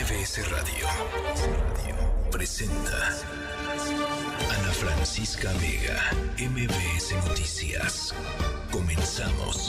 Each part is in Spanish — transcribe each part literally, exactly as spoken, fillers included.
B S Radio presenta Ana Francisca Vega, M B S Noticias. Comenzamos.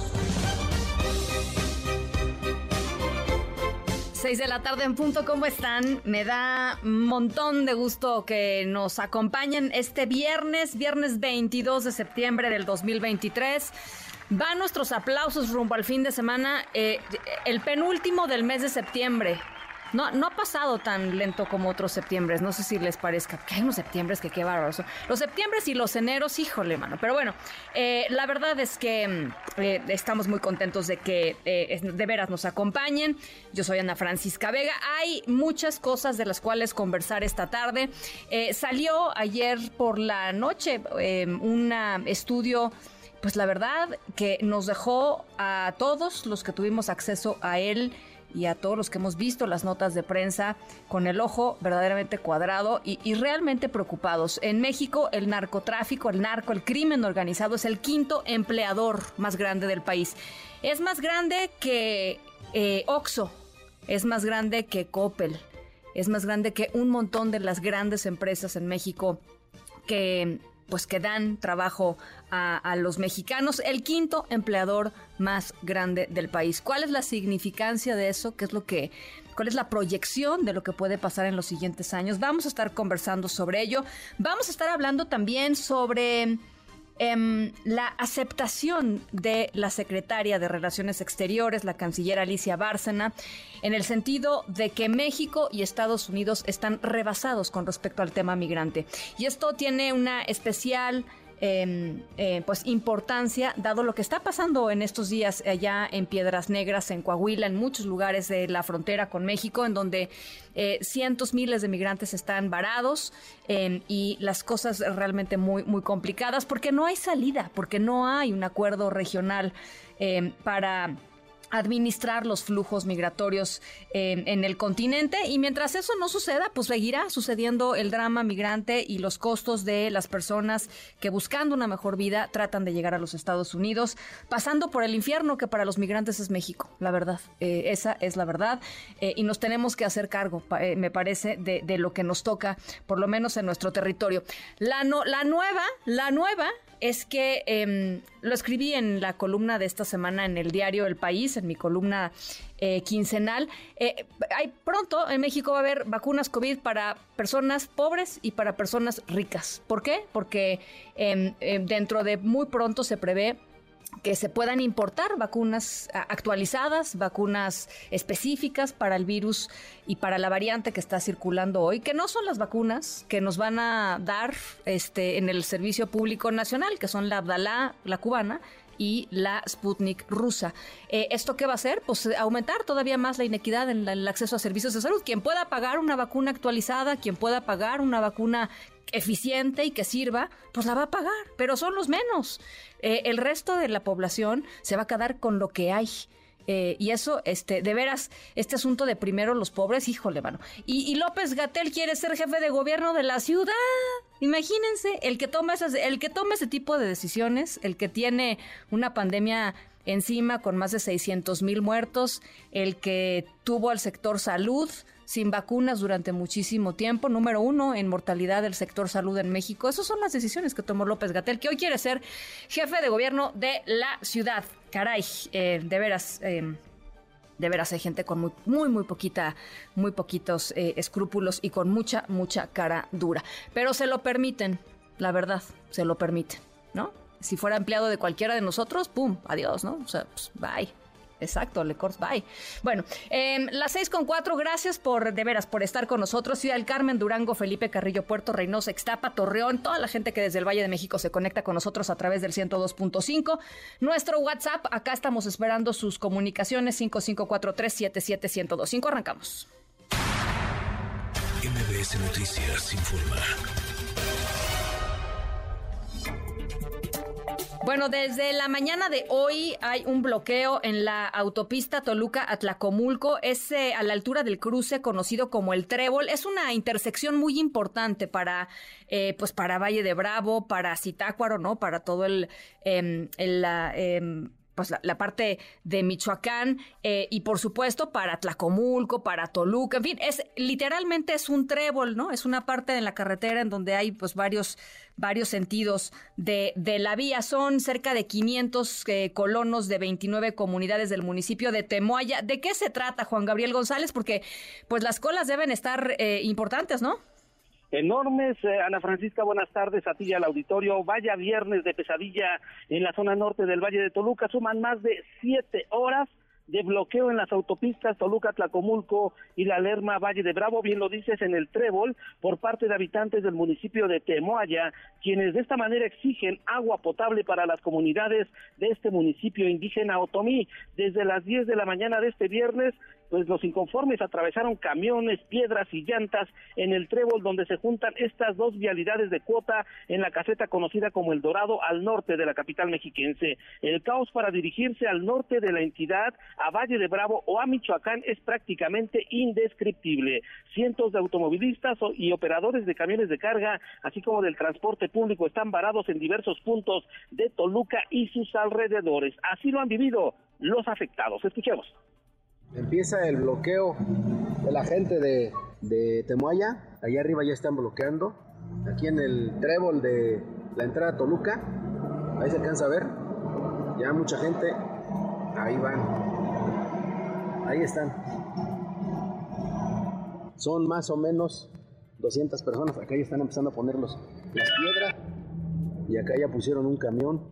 Seis de la tarde en punto, ¿cómo están? Me da un montón de gusto que nos acompañen este viernes, viernes veintidós de septiembre del dos mil veintitrés. Van nuestros aplausos rumbo al fin de semana, eh, el penúltimo del mes de septiembre. No, no ha pasado tan lento como otros septiembres, no sé si les parezca, que hay unos septiembres que qué bárbaros son. Los septiembres y los eneros, híjole, mano. Pero bueno, eh, la verdad es que eh, estamos muy contentos de que eh, de veras nos acompañen. Yo soy Ana Francisca Vega. Hay muchas cosas de las cuales conversar esta tarde. Eh, salió ayer por la noche eh, un estudio, pues la verdad que nos dejó a todos los que tuvimos acceso a él y a todos los que hemos visto las notas de prensa con el ojo verdaderamente cuadrado y, y realmente preocupados. En México, el narcotráfico, el narco, el crimen organizado es el quinto empleador más grande del país. Es más grande que eh, Oxxo, es más grande que Coppel, es más grande que un montón de las grandes empresas en México que pues que dan trabajo a, a los mexicanos, el quinto empleador más grande del país. ¿Cuál es la significancia de eso? ¿Qué es lo que, cuál es la proyección de lo que puede pasar en los siguientes años? Vamos a estar conversando sobre ello. Vamos a estar hablando también sobre eh, la aceptación de la secretaria de Relaciones Exteriores, la canciller Alicia Bárcena, en el sentido de que México y Estados Unidos están rebasados con respecto al tema migrante. Y esto tiene una especial eh, eh, pues importancia, dado lo que está pasando en estos días allá en Piedras Negras, en Coahuila, en muchos lugares de la frontera con México, en donde eh, cientos, miles de migrantes están varados eh, y las cosas realmente muy, muy complicadas, porque no hay salida, porque no hay un acuerdo regional eh, para administrar los flujos migratorios eh, en el continente, y mientras eso no suceda, pues seguirá sucediendo el drama migrante y los costos de las personas que, buscando una mejor vida, tratan de llegar a los Estados Unidos, pasando por el infierno que para los migrantes es México, la verdad, eh, esa es la verdad, eh, y nos tenemos que hacer cargo, eh, me parece, de, de lo que nos toca, por lo menos en nuestro territorio. La, no, la nueva, la nueva es que eh, lo escribí en la columna de esta semana en el diario El País, en mi columna eh, quincenal. Eh, hay, pronto en México va a haber vacunas COVID para personas pobres y para personas ricas. ¿Por qué? Porque eh, eh, dentro de muy pronto se prevé que se puedan importar vacunas actualizadas, vacunas específicas para el virus y para la variante que está circulando hoy, que no son las vacunas que nos van a dar este, en el servicio público nacional, que son la Abdalá, la cubana, y la Sputnik rusa. Eh, ¿Esto qué va a hacer? Pues aumentar todavía más la inequidad en la, el acceso a servicios de salud. Quien pueda pagar una vacuna actualizada, quien pueda pagar una vacuna eficiente y que sirva, pues la va a pagar, pero son los menos. Eh, el resto de la población se va a quedar con lo que hay. Eh, y eso, este, de veras, este asunto de primero los pobres, híjole, mano. Y, y López-Gatell quiere ser jefe de gobierno de la ciudad. Imagínense, el que toma esas, el que toma ese tipo de decisiones, el que tiene una pandemia encima con más de seiscientos mil muertos, el que tuvo al sector salud sin vacunas durante muchísimo tiempo, número uno en mortalidad del sector salud en México. Esas son las decisiones que tomó López-Gatell, que hoy quiere ser jefe de gobierno de la ciudad. Caray, eh, de veras, eh, de veras hay gente con muy, muy, muy poquita, muy poquitos eh, escrúpulos y con mucha, mucha cara dura. Pero se lo permiten, la verdad, se lo permiten, ¿no? Si fuera empleado de cualquiera de nosotros, pum, adiós, ¿no? O sea, pues, bye. Exacto, le corts, bye. Bueno, eh, las seis con cuatro, gracias por, de veras, por estar con nosotros. Ciudad del Carmen, Durango, Felipe Carrillo, Puerto Reynosa, Ixtapa, Torreón, toda la gente que desde el Valle de México se conecta con nosotros a través del ciento dos punto cinco. Nuestro WhatsApp, acá estamos esperando sus comunicaciones, cinco cinco cuatro tres siete siete uno cero dos cinco. Arrancamos. M B S Noticias informa. Bueno, desde la mañana de hoy hay un bloqueo en la autopista Toluca-Atlacomulco, es eh, a la altura del cruce conocido como El Trébol. Es una intersección muy importante para, eh, pues para Valle de Bravo, para Zitácuaro, ¿no? Para todo el, eh, el la, eh, pues la, la parte de Michoacán eh, y por supuesto para Tlacomulco, para Toluca, en fin, es literalmente es un trébol, ¿no? Es una parte de la carretera en donde hay pues varios varios sentidos de, de la vía. Son cerca de quinientos eh, colonos de veintinueve comunidades del municipio de Temoaya. ¿De qué se trata, Juan Gabriel González? Porque pues las colas deben estar eh, importantes, ¿no? Enormes. eh, Ana Francisca, buenas tardes a ti y al auditorio. Vaya viernes de pesadilla en la zona norte del Valle de Toluca. Suman más de siete horas de bloqueo en las autopistas Toluca, Tlacomulco y la Lerma, Valle de Bravo, bien lo dices, en el trébol, por parte de habitantes del municipio de Temoaya, quienes de esta manera exigen agua potable para las comunidades de este municipio indígena Otomí. Desde las diez de la mañana de este viernes, pues los inconformes atravesaron camiones, piedras y llantas en el trébol donde se juntan estas dos vialidades de cuota en la caseta conocida como El Dorado, al norte de la capital mexiquense. El caos para dirigirse al norte de la entidad, a Valle de Bravo o a Michoacán, es prácticamente indescriptible. Cientos de automovilistas y operadores de camiones de carga, así como del transporte público, están varados en diversos puntos de Toluca y sus alrededores. Así lo han vivido los afectados. Escuchemos. Empieza el bloqueo de la gente de, de Temoaya. Allá arriba ya están bloqueando. Aquí en el trébol de la entrada a Toluca, ahí se alcanza a ver. Ya mucha gente. Ahí van. Ahí están. Son más o menos doscientas personas. Acá ya están empezando a poner los, las piedras. Y acá ya pusieron un camión.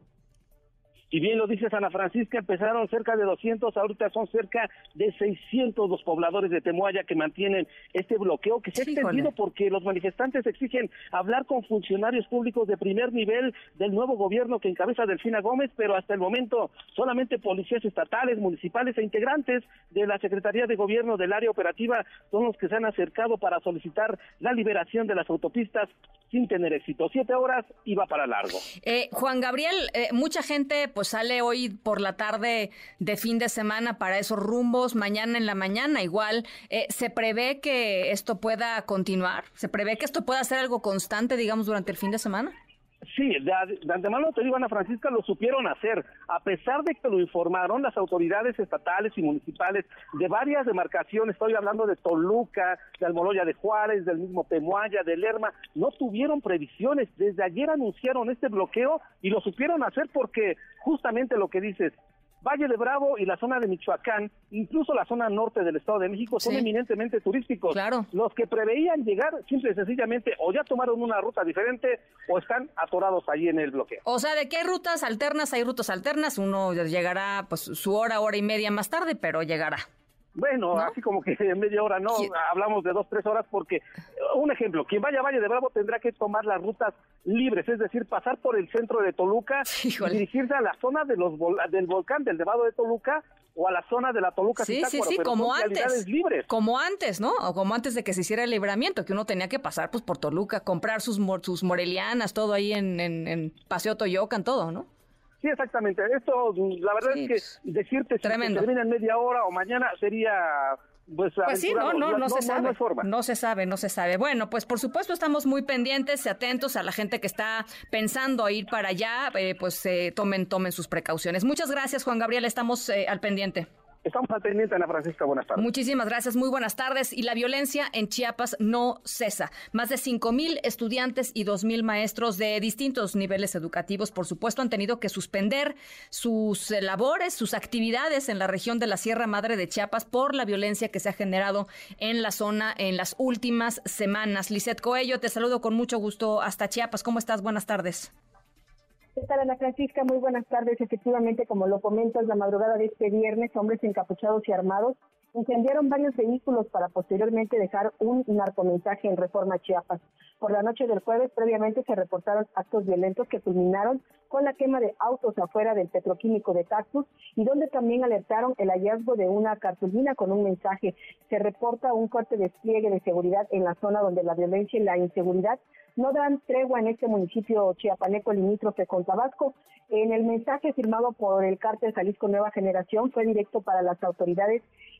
Y bien lo dice Ana Francisca, empezaron cerca de doscientos, ahorita son cerca de seiscientos los pobladores de Temoaya que mantienen este bloqueo, que se ha extendido porque los manifestantes exigen hablar con funcionarios públicos de primer nivel del nuevo gobierno que encabeza Delfina Gómez, pero hasta el momento solamente policías estatales, municipales e integrantes de la Secretaría de Gobierno del área operativa son los que se han acercado para solicitar la liberación de las autopistas sin tener éxito. Siete horas y va para largo. Eh, Juan Gabriel, eh, mucha gente pues sale hoy por la tarde de fin de semana para esos rumbos, mañana en la mañana igual. Eh, ¿Se prevé que esto pueda continuar? ¿Se prevé que esto pueda ser algo constante, digamos, durante el fin de semana? Sí, de, de antemano te digo, Ana Francisca, lo supieron hacer, a pesar de que lo informaron las autoridades estatales y municipales de varias demarcaciones. Estoy hablando de Toluca, de Almoloya de Juárez, del mismo Temoaya, de Lerma, no tuvieron previsiones. Desde ayer anunciaron este bloqueo y lo supieron hacer porque justamente lo que dices, Valle de Bravo y la zona de Michoacán, incluso la zona norte del Estado de México, son sí. eminentemente turísticos. Claro. Los que preveían llegar, simple y sencillamente, o ya tomaron una ruta diferente o están atorados ahí en el bloqueo. O sea, de que hay rutas alternas, hay rutas alternas, uno llegará pues su hora, hora y media más tarde, pero llegará. Bueno, ¿no? Así como que en media hora, no, hablamos de dos, tres horas, porque, un ejemplo, quien vaya a Valle de Bravo tendrá que tomar las rutas libres, es decir, pasar por el centro de Toluca, Híjole. y dirigirse a la zona de los del volcán del Nevado de Toluca, o a la zona de la Toluca. Sí, sí, sí, como antes, libres. como antes, ¿no? O como antes de que se hiciera el libramiento, que uno tenía que pasar pues por Toluca, comprar sus sus morelianas, todo ahí en, en, en Paseo Toyocan, todo, ¿no? Sí, exactamente. Esto, la verdad sí, es que decirte tremendo. si se termina en media hora o mañana sería... Pues, pues sí, no, no, no, no se sabe, no, no, no se sabe, no se sabe. Bueno, pues por supuesto estamos muy pendientes y atentos a la gente que está pensando ir para allá, eh, pues eh, tomen, tomen sus precauciones. Muchas gracias, Juan Gabriel, estamos eh, al pendiente. Estamos al pendiente, Ana Francisca, buenas tardes. Muchísimas gracias, muy buenas tardes. Y la violencia en Chiapas no cesa. Más de cinco mil estudiantes y dos mil maestros de distintos niveles educativos, por supuesto, han tenido que suspender sus labores, sus actividades en la región de la Sierra Madre de Chiapas por la violencia que se ha generado en la zona en las últimas semanas. Lisette Coello, te saludo con mucho gusto hasta Chiapas. ¿Cómo estás? Buenas tardes. ¿Qué tal, Ana Francisca? Muy buenas tardes. Efectivamente, como lo comentas, la madrugada de este viernes, hombres encapuchados y armados incendiaron varios vehículos para posteriormente dejar un narcomensaje en Reforma Chiapas. Por la noche del jueves, previamente se reportaron actos violentos que culminaron con la quema de autos afuera del petroquímico de Cactus y donde también alertaron el hallazgo de una cartulina con un mensaje. Se reporta un fuerte despliegue de seguridad en la zona donde la violencia y la inseguridad no dan tregua en este municipio chiapaneco limítrofe con Tabasco. En el mensaje firmado por el cártel Jalisco Nueva Generación fue directo para las autoridades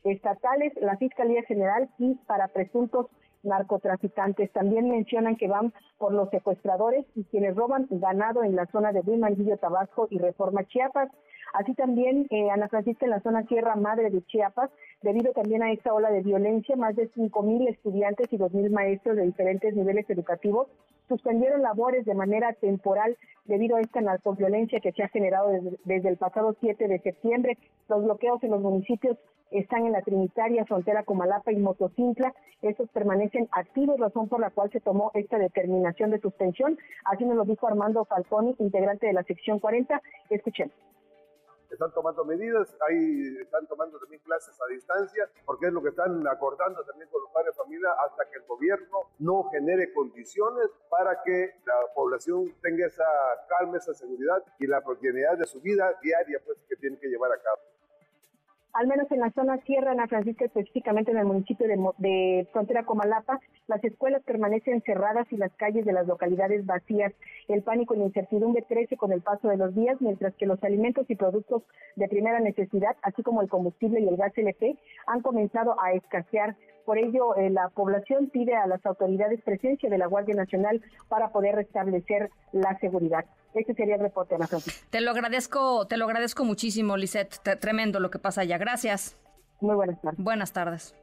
estatales, la Fiscalía General y para presuntos narcotraficantes. También mencionan que van por los secuestradores y quienes roban ganado en la zona de Huimanguillo, Tabasco y Reforma, Chiapas. Así también, eh, Ana Francisca, en la zona Sierra Madre de Chiapas, debido también a esta ola de violencia, más de cinco mil estudiantes y dos mil maestros de diferentes niveles educativos suspendieron labores de manera temporal debido a esta narcoviolencia que se ha generado desde, desde el pasado siete de septiembre. Los bloqueos en los municipios están en la Trinitaria, Frontera Comalapa y Motocintla. Estos permanecen activos, razón por la cual se tomó esta determinación de suspensión. Así nos lo dijo Armando Falconi, integrante de la sección cuarenta. Escuchen. Están tomando medidas, ahí están tomando también clases a distancia, porque es lo que están acordando también con los padres de familia, hasta que el gobierno no genere condiciones para que la población tenga esa calma, esa seguridad y la cotidianidad de su vida diaria, pues, que tienen que llevar a cabo. Al menos en la zona Sierra, Ana Francisca, específicamente en el municipio de, de Frontera Comalapa, las escuelas permanecen cerradas y las calles de las localidades vacías. El pánico y la incertidumbre crece con el paso de los días, mientras que los alimentos y productos de primera necesidad, así como el combustible y el gas L P, han comenzado a escasear. Por ello, eh, la población pide a las autoridades presencia de la Guardia Nacional para poder restablecer la seguridad. Este sería el reporte, Ana Francisca. Te lo agradezco, te lo agradezco muchísimo, Lisette. T- tremendo lo que pasa allá. Gracias. Muy buenas tardes. Buenas tardes.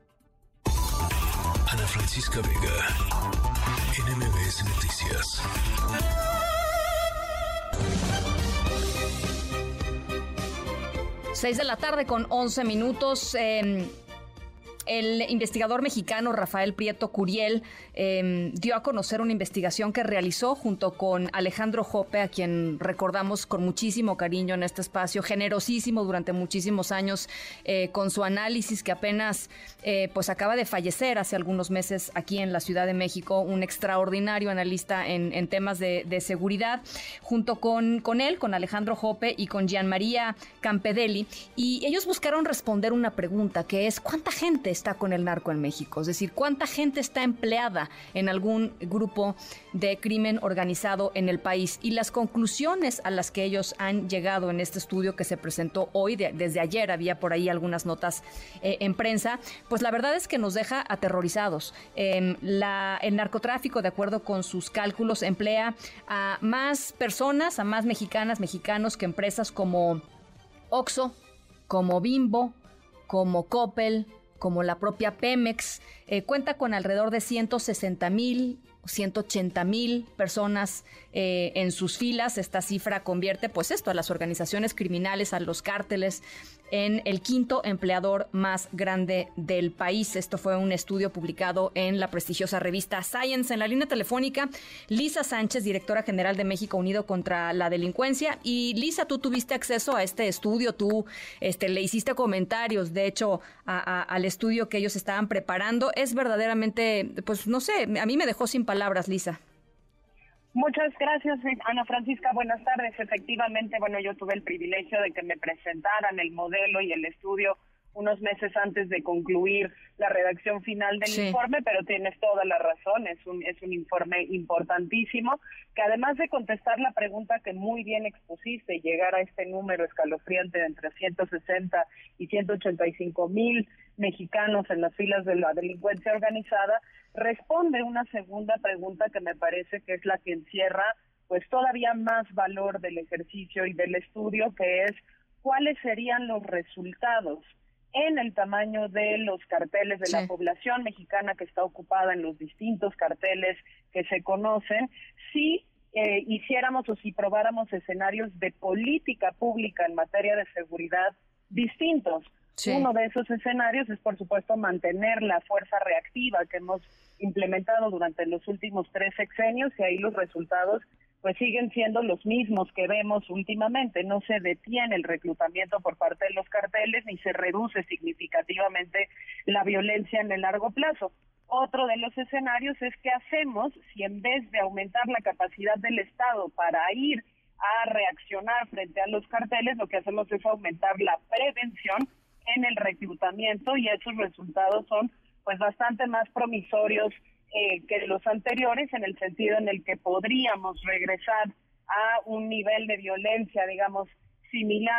Ana Francisca Vega, N M B S Noticias. Seis de la tarde con once minutos. Eh, El investigador mexicano Rafael Prieto Curiel eh, dio a conocer una investigación que realizó junto con Alejandro Jope, a quien recordamos con muchísimo cariño en este espacio, generosísimo durante muchísimos años eh, con su análisis, que apenas eh, pues acaba de fallecer hace algunos meses aquí en la Ciudad de México, un extraordinario analista en, en temas de, de seguridad, junto con, con él, con Alejandro Jope y con Gian María Campedelli, y ellos buscaron responder una pregunta que es: ¿cuánta gente está con el narco en México? Es decir, ¿cuánta gente está empleada en algún grupo de crimen organizado en el país? Y las conclusiones a las que ellos han llegado en este estudio que se presentó hoy, de, desde ayer había por ahí algunas notas eh, en prensa, pues la verdad es que nos deja aterrorizados. Eh, la, el narcotráfico, de acuerdo con sus cálculos, emplea a más personas, a más mexicanas, mexicanos que empresas como Oxxo, como Bimbo, como Coppel, como la propia Pemex. Eh, cuenta con alrededor de ciento sesenta mil, ciento ochenta mil personas eh, en sus filas. Esta cifra convierte, pues esto, a las organizaciones criminales, a los cárteles, en el quinto empleador más grande del país. Esto fue un estudio publicado en la prestigiosa revista Science. En la línea telefónica, Lisa Sánchez, directora general de México Unido contra la Delincuencia. Y Lisa, tú tuviste acceso a este estudio, tú este, le hiciste comentarios, de hecho, a, a, al estudio que ellos estaban preparando. Es verdaderamente, pues no sé, a mí me dejó sin palabras, Lisa. Muchas gracias, Ana Francisca. Buenas tardes. Efectivamente, bueno, yo tuve el privilegio de que me presentaran el modelo y el estudio unos meses antes de concluir la redacción final del sí. informe, pero tienes toda la razón, es un es un informe importantísimo, que además de contestar la pregunta que muy bien expusiste y llegar a este número escalofriante de entre ciento sesenta y ciento ochenta y cinco mil mexicanos en las filas de la delincuencia organizada, responde una segunda pregunta que me parece que es la que encierra pues todavía más valor del ejercicio y del estudio, que es cuáles serían los resultados en el tamaño de los carteles de sí. la población mexicana que está ocupada en los distintos carteles que se conocen, si eh, hiciéramos o si probáramos escenarios de política pública en materia de seguridad distintos. Sí. Uno de esos escenarios es, por supuesto, mantener la fuerza reactiva que hemos implementado durante los últimos tres sexenios, y ahí los resultados pues siguen siendo los mismos que vemos últimamente. No se detiene el reclutamiento por parte de los carteles ni se reduce significativamente la violencia en el largo plazo. Otro de los escenarios es qué hacemos si en vez de aumentar la capacidad del Estado para ir a reaccionar frente a los carteles, lo que hacemos es aumentar la prevención en el reclutamiento, y esos resultados son pues bastante más promisorios Eh, que los anteriores, en el sentido en el que podríamos regresar a un nivel de violencia, digamos, similar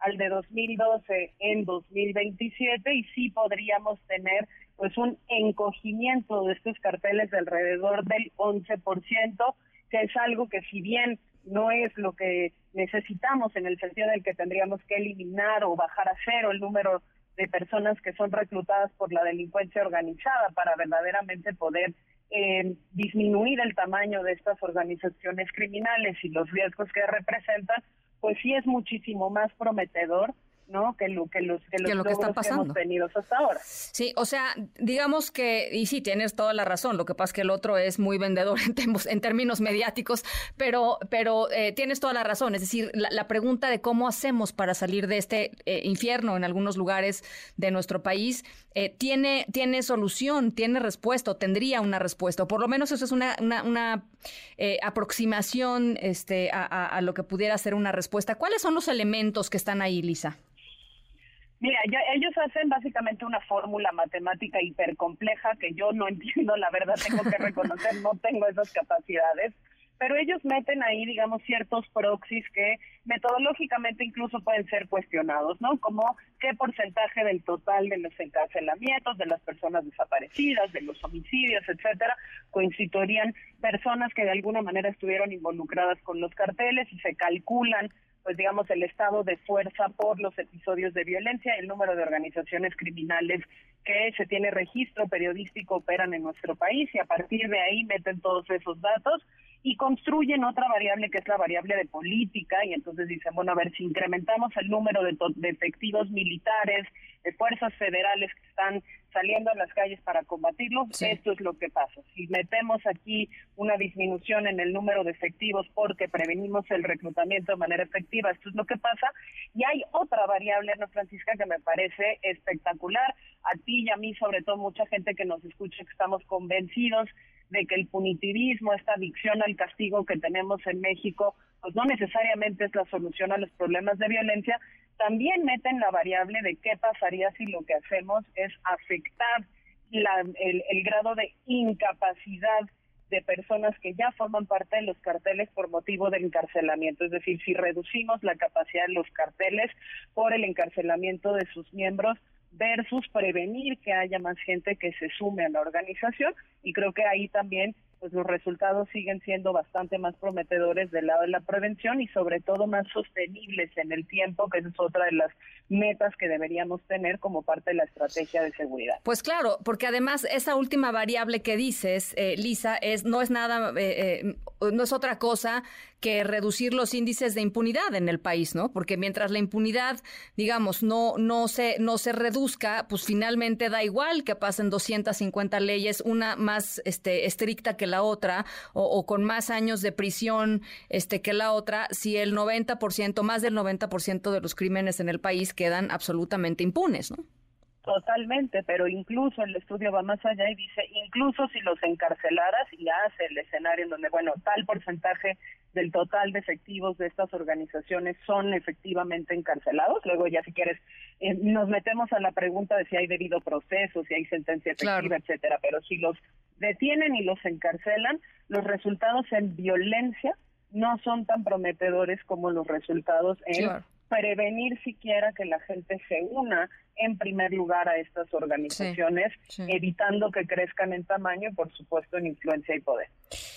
al de dos mil doce en dos mil veintisiete, y sí podríamos tener pues un encogimiento de estos carteles de alrededor del once por ciento, que es algo que, si bien no es lo que necesitamos en el sentido del que tendríamos que eliminar o bajar a cero el número de personas que son reclutadas por la delincuencia organizada para verdaderamente poder eh, disminuir el tamaño de estas organizaciones criminales y los riesgos que representan, pues sí es muchísimo más prometedor, ¿no? Que lo que los que los que lo que está pasando. Que hemos tenido hasta ahora. Sí, o sea, digamos que, y sí, tienes toda la razón, lo que pasa es que el otro es muy vendedor en, temos, en términos mediáticos, pero pero eh, tienes toda la razón, es decir, la, la pregunta de cómo hacemos para salir de este eh, infierno en algunos lugares de nuestro país eh, tiene tiene solución, tiene respuesta, o tendría una respuesta, o por lo menos eso es una una, una eh, aproximación este a, a, a lo que pudiera ser una respuesta. ¿Cuáles son los elementos que están ahí, Lisa? Mira, ya ellos hacen básicamente una fórmula matemática hipercompleja que yo no entiendo, la verdad, tengo que reconocer, no tengo esas capacidades, pero ellos meten ahí, digamos, ciertos proxies que metodológicamente incluso pueden ser cuestionados, ¿no? Como qué porcentaje del total de los encarcelamientos, de las personas desaparecidas, de los homicidios, etcétera, constituirían personas que de alguna manera estuvieron involucradas con los carteles, y se calculan, pues digamos, el estado de fuerza por los episodios de violencia, el número de organizaciones criminales que se tiene registro periodístico operan en nuestro país, y a partir de ahí meten todos esos datos y construyen otra variable que es la variable de política, y entonces dicen, bueno, a ver, si incrementamos el número de, de efectivos militares, de fuerzas federales que están saliendo a las calles para combatirlos, sí, esto es lo que pasa. Si metemos aquí una disminución en el número de efectivos porque prevenimos el reclutamiento de manera efectiva, esto es lo que pasa. Y hay otra variable, Ana Francisca, que me parece espectacular. A ti y a mí, sobre todo, mucha gente que nos escucha, que estamos convencidos de que el punitivismo, esta adicción al castigo que tenemos en México, pues no necesariamente es la solución a los problemas de violencia. También meten la variable de qué pasaría si lo que hacemos es afectar la, el, el grado de incapacidad de personas que ya forman parte de los carteles por motivo del encarcelamiento. Es decir, si reducimos la capacidad de los carteles por el encarcelamiento de sus miembros versus prevenir que haya más gente que se sume a la organización, y creo que ahí también pues los resultados siguen siendo bastante más prometedores del lado de la prevención, y sobre todo más sostenibles en el tiempo, que esa es otra de las metas que deberíamos tener como parte de la estrategia de seguridad. Pues claro, porque además esa última variable que dices, eh, Lisa, es no es nada, eh, eh, no es otra cosa que reducir los índices de impunidad en el país, ¿no? Porque mientras la impunidad, digamos, no no se no se reduzca, pues finalmente da igual que pasen doscientas cincuenta leyes, una más este estricta que la otra, o, o con más años de prisión este que la otra, si el noventa por ciento, más del noventa por ciento de los crímenes en el país quedan absolutamente impunes, ¿no? Totalmente, pero incluso el estudio va más allá y dice, incluso si los encarcelaras, y hace el escenario en donde, bueno, tal porcentaje del total de efectivos de estas organizaciones son efectivamente encarcelados, luego ya si quieres eh, nos metemos a la pregunta de si hay debido proceso, si hay sentencia efectiva, claro, etcétera, pero si los detienen y los encarcelan, los resultados en violencia no son tan prometedores como los resultados en claro. prevenir siquiera que la gente se una en primer lugar a estas organizaciones, sí, sí. evitando que crezcan en tamaño y por supuesto en influencia y poder.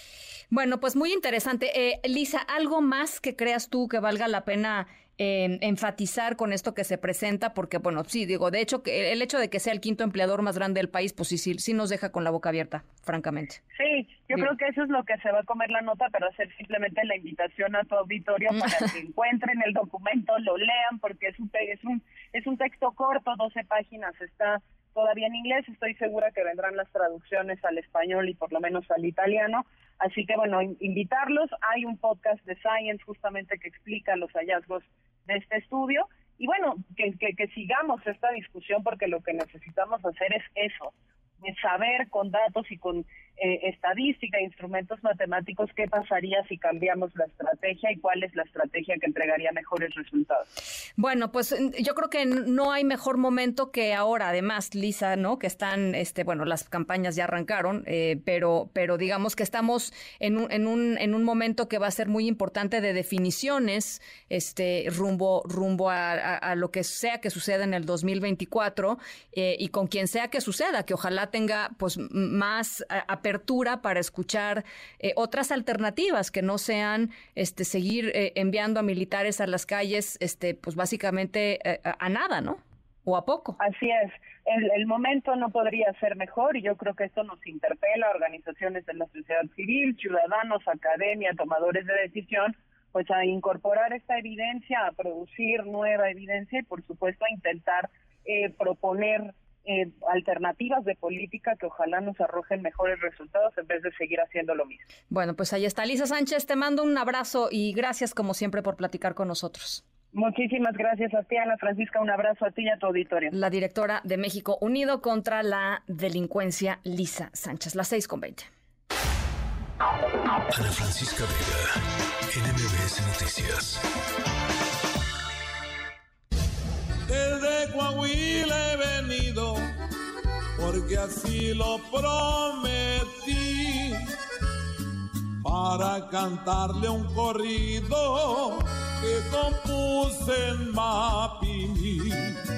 Bueno, pues muy interesante. Eh, Lisa, ¿algo más que creas tú que valga la pena eh, enfatizar con esto que se presenta? Porque, bueno, sí, digo, de hecho, que el hecho de que sea el quinto empleador más grande del país, pues sí, sí, sí nos deja con la boca abierta, francamente. Sí, yo sí. creo que eso es lo que se va a comer la nota, pero hacer simplemente la invitación a tu auditorio para que encuentren el documento, lo lean, porque es un, es un, es un texto corto, doce páginas, está todavía en inglés, estoy segura que vendrán las traducciones al español y por lo menos al italiano, así que bueno, invitarlos. Hay un podcast de Science justamente que explica los hallazgos de este estudio, y bueno, que, que, que sigamos esta discusión, porque lo que necesitamos hacer es eso, de saber con datos y con eh, estadística, instrumentos matemáticos, qué pasaría si cambiamos la estrategia y cuál es la estrategia que entregaría mejores resultados. Bueno, pues yo creo que no hay mejor momento que ahora, además, Lisa, ¿no? Que están, este, bueno, las campañas ya arrancaron, eh, pero, pero digamos que estamos en un, en un, en un momento que va a ser muy importante de definiciones, este, rumbo, rumbo a, a, a lo que sea que suceda en el dos mil veinticuatro, eh, y con quien sea que suceda, que ojalá tenga, pues, más apertura apertura para escuchar eh, otras alternativas que no sean este seguir eh, enviando a militares a las calles, este pues básicamente eh, a, a nada, ¿no? O a poco. Así es. El, el momento no podría ser mejor y yo creo que esto nos interpela a organizaciones de la sociedad civil, ciudadanos, academia, tomadores de decisión, pues a incorporar esta evidencia, a producir nueva evidencia y por supuesto a intentar eh, proponer Eh, alternativas de política que ojalá nos arrojen mejores resultados en vez de seguir haciendo lo mismo. Bueno, pues ahí está. Lisa Sánchez, te mando un abrazo y gracias como siempre por platicar con nosotros. Muchísimas gracias a ti, Ana Francisca. Un abrazo a ti y a tu auditorio. La directora de México Unido contra la Delincuencia, Lisa Sánchez. Las seis con veinte. Ana Francisca Vega, N M B S Noticias. Desde Coahuila he venido, porque así lo prometí, para cantarle un corrido que compuse en Mapimí.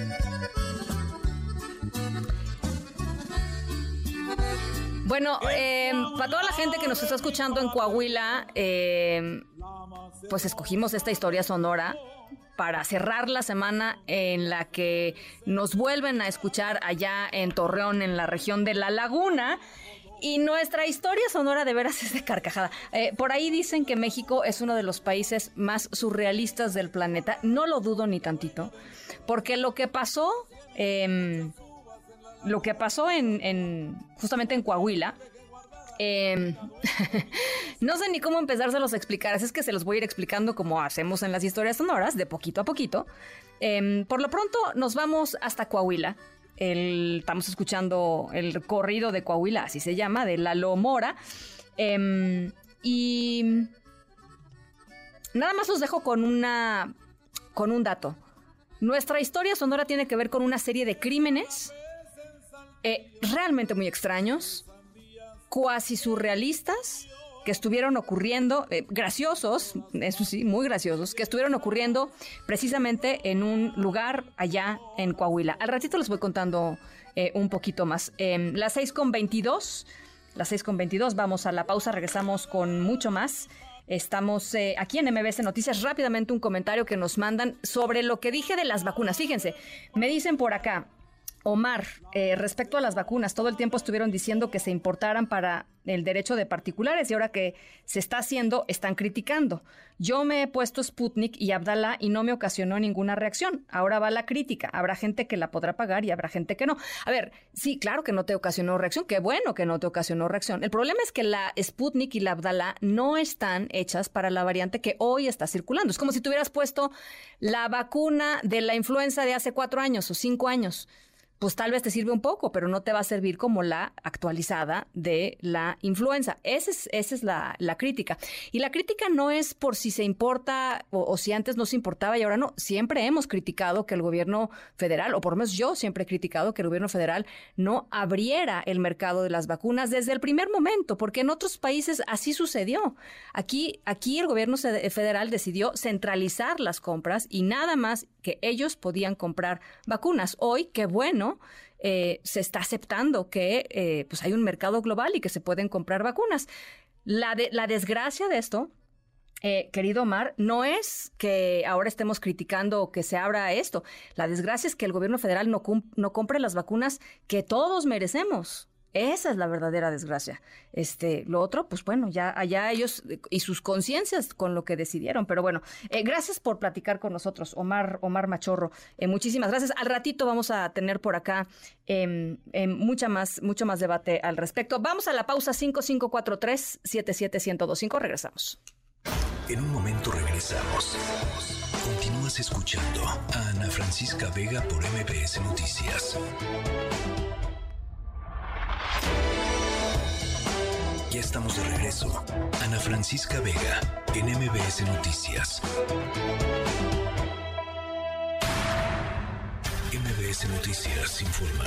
Bueno, eh, para toda la gente que nos está escuchando en Coahuila, eh, pues escogimos esta historia sonora para cerrar la semana en la que nos vuelven a escuchar allá en Torreón, en la región de La Laguna. Y nuestra historia sonora de veras es de carcajada. Eh, por ahí dicen que México es uno de los países más surrealistas del planeta. No lo dudo ni tantito, porque lo que pasó, eh, lo que pasó en, en justamente en Coahuila, Eh, no sé ni cómo empezárselos a explicar, así es que se los voy a ir explicando como hacemos en las historias sonoras, de poquito a poquito. Eh, por lo pronto nos vamos hasta Coahuila. El, estamos escuchando el corrido de Coahuila, así se llama, de Lalo Mora. Eh, y nada más los dejo con una, con un dato. Nuestra historia sonora tiene que ver con una serie de crímenes eh, realmente muy extraños, cuasi surrealistas, que estuvieron ocurriendo, eh, graciosos, eso sí, muy graciosos, que estuvieron ocurriendo precisamente en un lugar allá en Coahuila. Al ratito les voy contando eh, un poquito más. Eh, las seis con veintidós, las seis con veintidós, vamos a la pausa, regresamos con mucho más. Estamos eh, aquí en M B S Noticias. Rápidamente un comentario que nos mandan sobre lo que dije de las vacunas. Fíjense, me dicen por acá, Omar, eh, respecto a las vacunas, todo el tiempo estuvieron diciendo que se importaran para el derecho de particulares y ahora que se está haciendo, están criticando. Yo me he puesto Sputnik y Abdala y no me ocasionó ninguna reacción. Ahora va la crítica. Habrá gente que la podrá pagar y habrá gente que no. A ver, sí, claro que no te ocasionó reacción. Qué bueno que no te ocasionó reacción. El problema es que la Sputnik y la Abdala no están hechas para la variante que hoy está circulando. Es como si te hubieras puesto la vacuna de la influenza de hace cuatro años o cinco años. Pues tal vez te sirve un poco, pero no te va a servir como la actualizada de la influenza. Esa es, esa es la, la crítica. Y la crítica no es por si se importa o, o si antes no se importaba y ahora no. Siempre hemos criticado que el gobierno federal, o por lo menos yo siempre he criticado que el gobierno federal no abriera el mercado de las vacunas desde el primer momento, porque en otros países así sucedió. Aquí, aquí el gobierno federal decidió centralizar las compras y nada más que ellos podían comprar vacunas. Hoy, qué bueno, eh, se está aceptando que eh, pues hay un mercado global y que se pueden comprar vacunas. La, de, la desgracia de esto, eh, querido Omar, no es que ahora estemos criticando que se abra esto. La desgracia es que el gobierno federal no, cum- no compre las vacunas que todos merecemos. Esa es la verdadera desgracia. Este, lo otro, pues bueno, ya allá ellos y sus conciencias con lo que decidieron. Pero bueno, eh, gracias por platicar con nosotros, Omar, Omar Machorro. Eh, muchísimas gracias. Al ratito vamos a tener por acá eh, eh, mucha más, mucho más debate al respecto. Vamos a la pausa. Cinco cinco cuatro tres siete siete uno cero dos cinco. Regresamos. En un momento regresamos. Continúas escuchando a Ana Francisca Vega por M B S Noticias. estamos de regreso. Ana Francisca Vega, en M B S Noticias. M B S Noticias informa.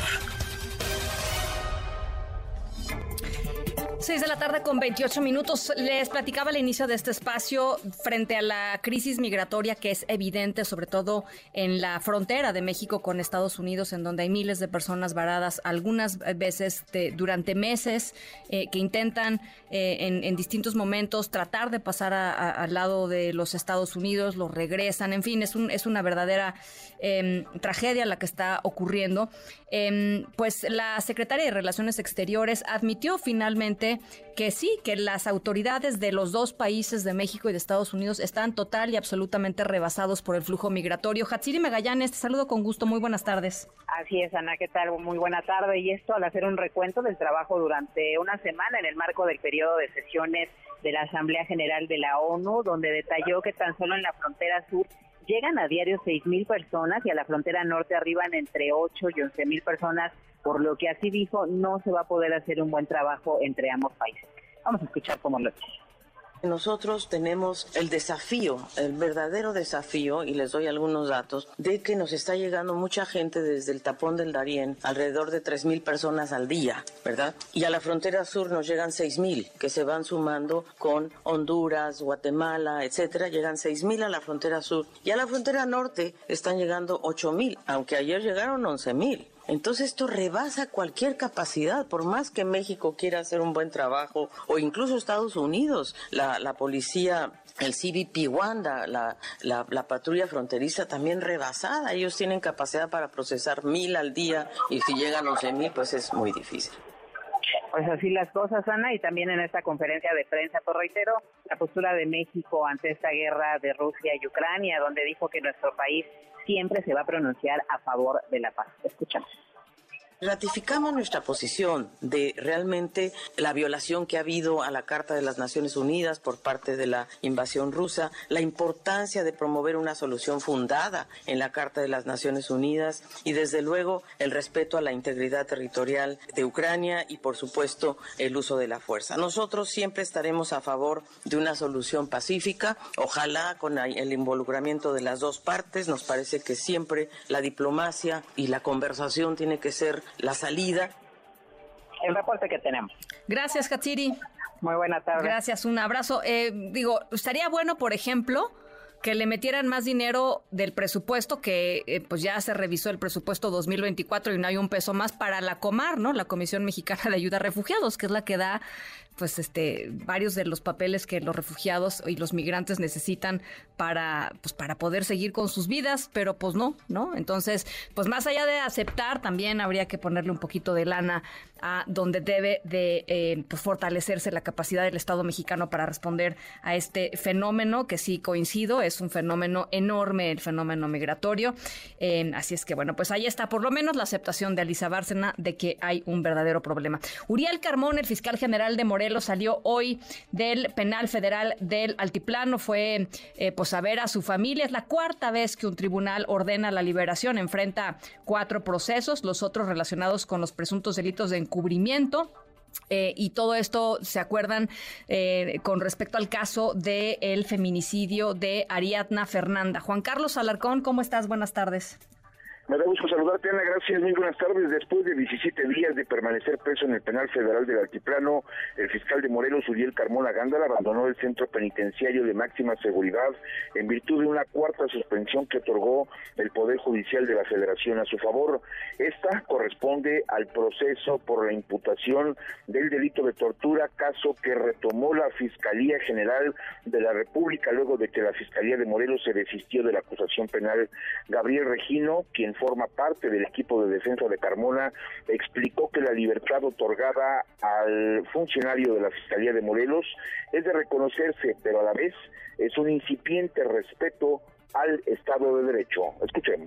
seis de la tarde con veintiocho minutos. Les platicaba al inicio de este espacio frente a la crisis migratoria que es evidente, sobre todo en la frontera de México con Estados Unidos, en donde hay miles de personas varadas, algunas veces de, durante meses, eh, que intentan eh, en, en distintos momentos tratar de pasar a, a, al lado de los Estados Unidos, los regresan, en fin, es, un, es una verdadera eh, tragedia la que está ocurriendo. Eh, pues la secretaria de Relaciones Exteriores admitió finalmente que sí, que las autoridades de los dos países de México y de Estados Unidos están total y absolutamente rebasados por el flujo migratorio. Hatsiri Magallanes, te saludo con gusto, muy buenas tardes. Así es, Ana, ¿qué tal? Muy buena tarde. Y esto al hacer un recuento del trabajo durante una semana en el marco del periodo de sesiones de la Asamblea General de la ONU, donde detalló que tan solo en la frontera sur llegan a diario seis mil personas y a la frontera norte arriban entre ocho y once mil personas, por lo que así dijo, no se va a poder hacer un buen trabajo entre ambos países. Vamos a escuchar cómo lo dice. Nosotros tenemos el desafío, el verdadero desafío, y les doy algunos datos, de que nos está llegando mucha gente desde el tapón del Darién, alrededor de tres mil personas al día, ¿verdad? Y a la frontera sur nos llegan seis mil, que se van sumando con Honduras, Guatemala, etcétera. Llegan seis mil a la frontera sur. Y a la frontera norte están llegando ocho mil, aunque ayer llegaron once mil. Entonces esto rebasa cualquier capacidad, por más que México quiera hacer un buen trabajo, o incluso Estados Unidos, la, la policía, el C B P Wanda, la, la, la patrulla fronteriza también rebasada. Ellos tienen capacidad para procesar mil al día, y si llegan once mil, pues es muy difícil. Pues así las cosas, Ana, y también en esta conferencia de prensa, pues reitero la postura de México ante esta guerra de Rusia y Ucrania, donde dijo que nuestro país siempre se va a pronunciar a favor de la paz. Escuchamos. Ratificamos nuestra posición de realmente la violación que ha habido a la Carta de las Naciones Unidas por parte de la invasión rusa, la importancia de promover una solución fundada en la Carta de las Naciones Unidas y desde luego el respeto a la integridad territorial de Ucrania y por supuesto el uso de la fuerza. Nosotros siempre estaremos a favor de una solución pacífica, ojalá con el involucramiento de las dos partes. Nos parece que siempre la diplomacia y la conversación tiene que ser la salida. El reporte que tenemos. Gracias, Hatsiri. Muy buena tarde. Gracias, un abrazo. Eh, digo, estaría bueno, por ejemplo, que le metieran más dinero del presupuesto, que eh, pues ya se revisó el presupuesto dos mil veinticuatro y no hay un peso más para la Comar, ¿no? La Comisión Mexicana de Ayuda a Refugiados, que es la que da pues este varios de los papeles que los refugiados y los migrantes necesitan para pues para poder seguir con sus vidas, pero pues no, ¿no? Entonces, pues más allá de aceptar, también habría que ponerle un poquito de lana a donde debe de eh, pues fortalecerse la capacidad del Estado mexicano para responder a este fenómeno, que sí coincido, es un fenómeno enorme, el fenómeno migratorio. Eh, así es que bueno, pues ahí está por lo menos la aceptación de Alisa Bárcena de que hay un verdadero problema. Uriel Carmón, el fiscal general de Morelos, salió hoy del penal federal del Altiplano, fue eh, pues a ver a su familia. Es la cuarta vez que un tribunal ordena la liberación, enfrenta cuatro procesos, los otros relacionados con los presuntos delitos de encubrimiento. Eh, y todo esto, ¿se acuerdan? Eh, con respecto al caso del feminicidio de Ariadna Fernanda. Juan Carlos Alarcón, ¿cómo estás? Buenas tardes. Me da gusto saludarte, Ana, gracias, muy buenas tardes. Después de diecisiete días de permanecer preso en el penal federal del Altiplano, el fiscal de Morelos, Uriel Carmona Gándara, abandonó el centro penitenciario de máxima seguridad en virtud de una cuarta suspensión que otorgó el Poder Judicial de la Federación a su favor. Esta corresponde al proceso por la imputación del delito de tortura, caso que retomó la Fiscalía General de la República luego de que la Fiscalía de Morelos se desistió de la acusación penal. Gabriel Regino, quien forma parte del equipo de defensa de Carmona, explicó que la libertad otorgada al funcionario de la Fiscalía de Morelos es de reconocerse, pero a la vez es un incipiente respeto al Estado de Derecho. Escuchemos.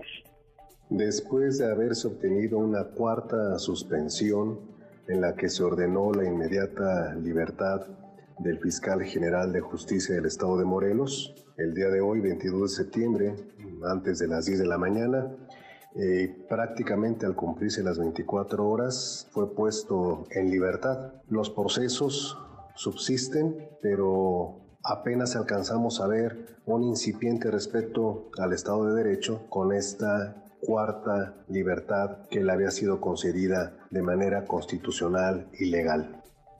Después de haberse obtenido una cuarta suspensión en la que se ordenó la inmediata libertad del fiscal general de justicia del Estado de Morelos, el día de hoy, veintidós de septiembre, antes de las diez de la mañana, Eh, prácticamente al cumplirse las veinticuatro horas fue puesto en libertad. Los procesos subsisten, pero apenas alcanzamos a ver un incipiente respecto al Estado de Derecho con esta cuarta libertad que le había sido concedida de manera constitucional y legal.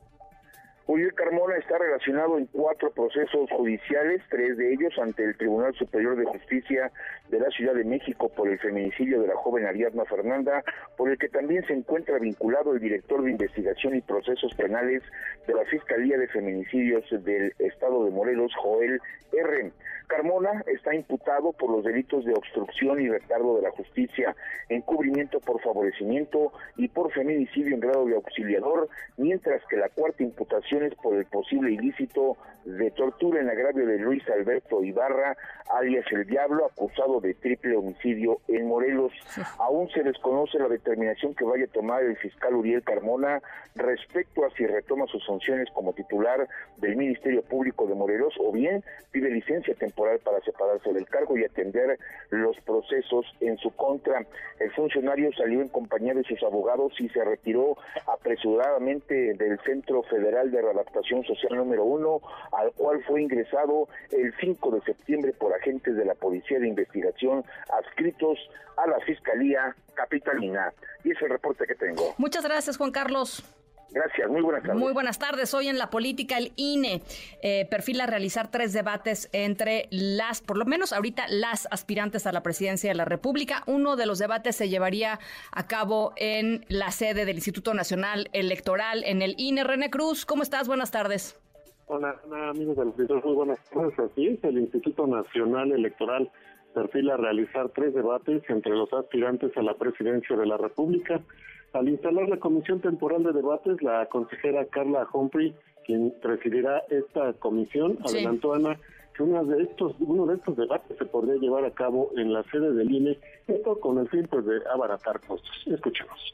Uriel Carmona está relacionado en cuatro procesos judiciales, tres de ellos ante el Tribunal Superior de Justicia de la Ciudad de México por el feminicidio de la joven Ariadna Fernanda, por el que también se encuentra vinculado el director de Investigación y Procesos Penales de la Fiscalía de Feminicidios del Estado de Morelos, Joel R. Carmona está imputado por los delitos de obstrucción y retardo de la justicia, encubrimiento por favorecimiento y por feminicidio en grado de auxiliador, mientras que la cuarta imputación es por el posible ilícito de tortura en agravio de Luis Alberto Ibarra, alias El Diablo, acusado de triple homicidio en Morelos. Aún se desconoce la determinación que vaya a tomar el fiscal Uriel Carmona respecto a si retoma sus funciones como titular del Ministerio Público de Morelos o bien pide licencia temporal para separarse del cargo y atender los procesos en su contra. El funcionario salió en compañía de sus abogados y se retiró apresuradamente del Centro Federal de Readaptación Social número uno, al cual fue ingresado el cinco de septiembre por agentes de la Policía de Investigación adscritos a la Fiscalía Capitalina. Y es el reporte que tengo. Muchas gracias, Juan Carlos. Gracias, muy buenas tardes. Muy buenas tardes. Hoy en la política el I N E eh, perfila realizar tres debates entre las, por lo menos ahorita, las aspirantes a la presidencia de la República. Uno de los debates se llevaría a cabo en la sede del Instituto Nacional Electoral en el I N E. René Cruz, ¿cómo estás? Buenas tardes. Hola, hola amigos del Instituto, muy buenas tardes. Así es, el Instituto Nacional Electoral perfila realizar tres debates entre los aspirantes a la presidencia de la República. Al instalar la comisión temporal de debates, la consejera Carla Humphrey, quien presidirá esta comisión, sí. adelantó, Ana, que uno de estos uno de estos debates se podría llevar a cabo en la sede del I N E, esto con el fin pues, de abaratar costos. Escuchemos.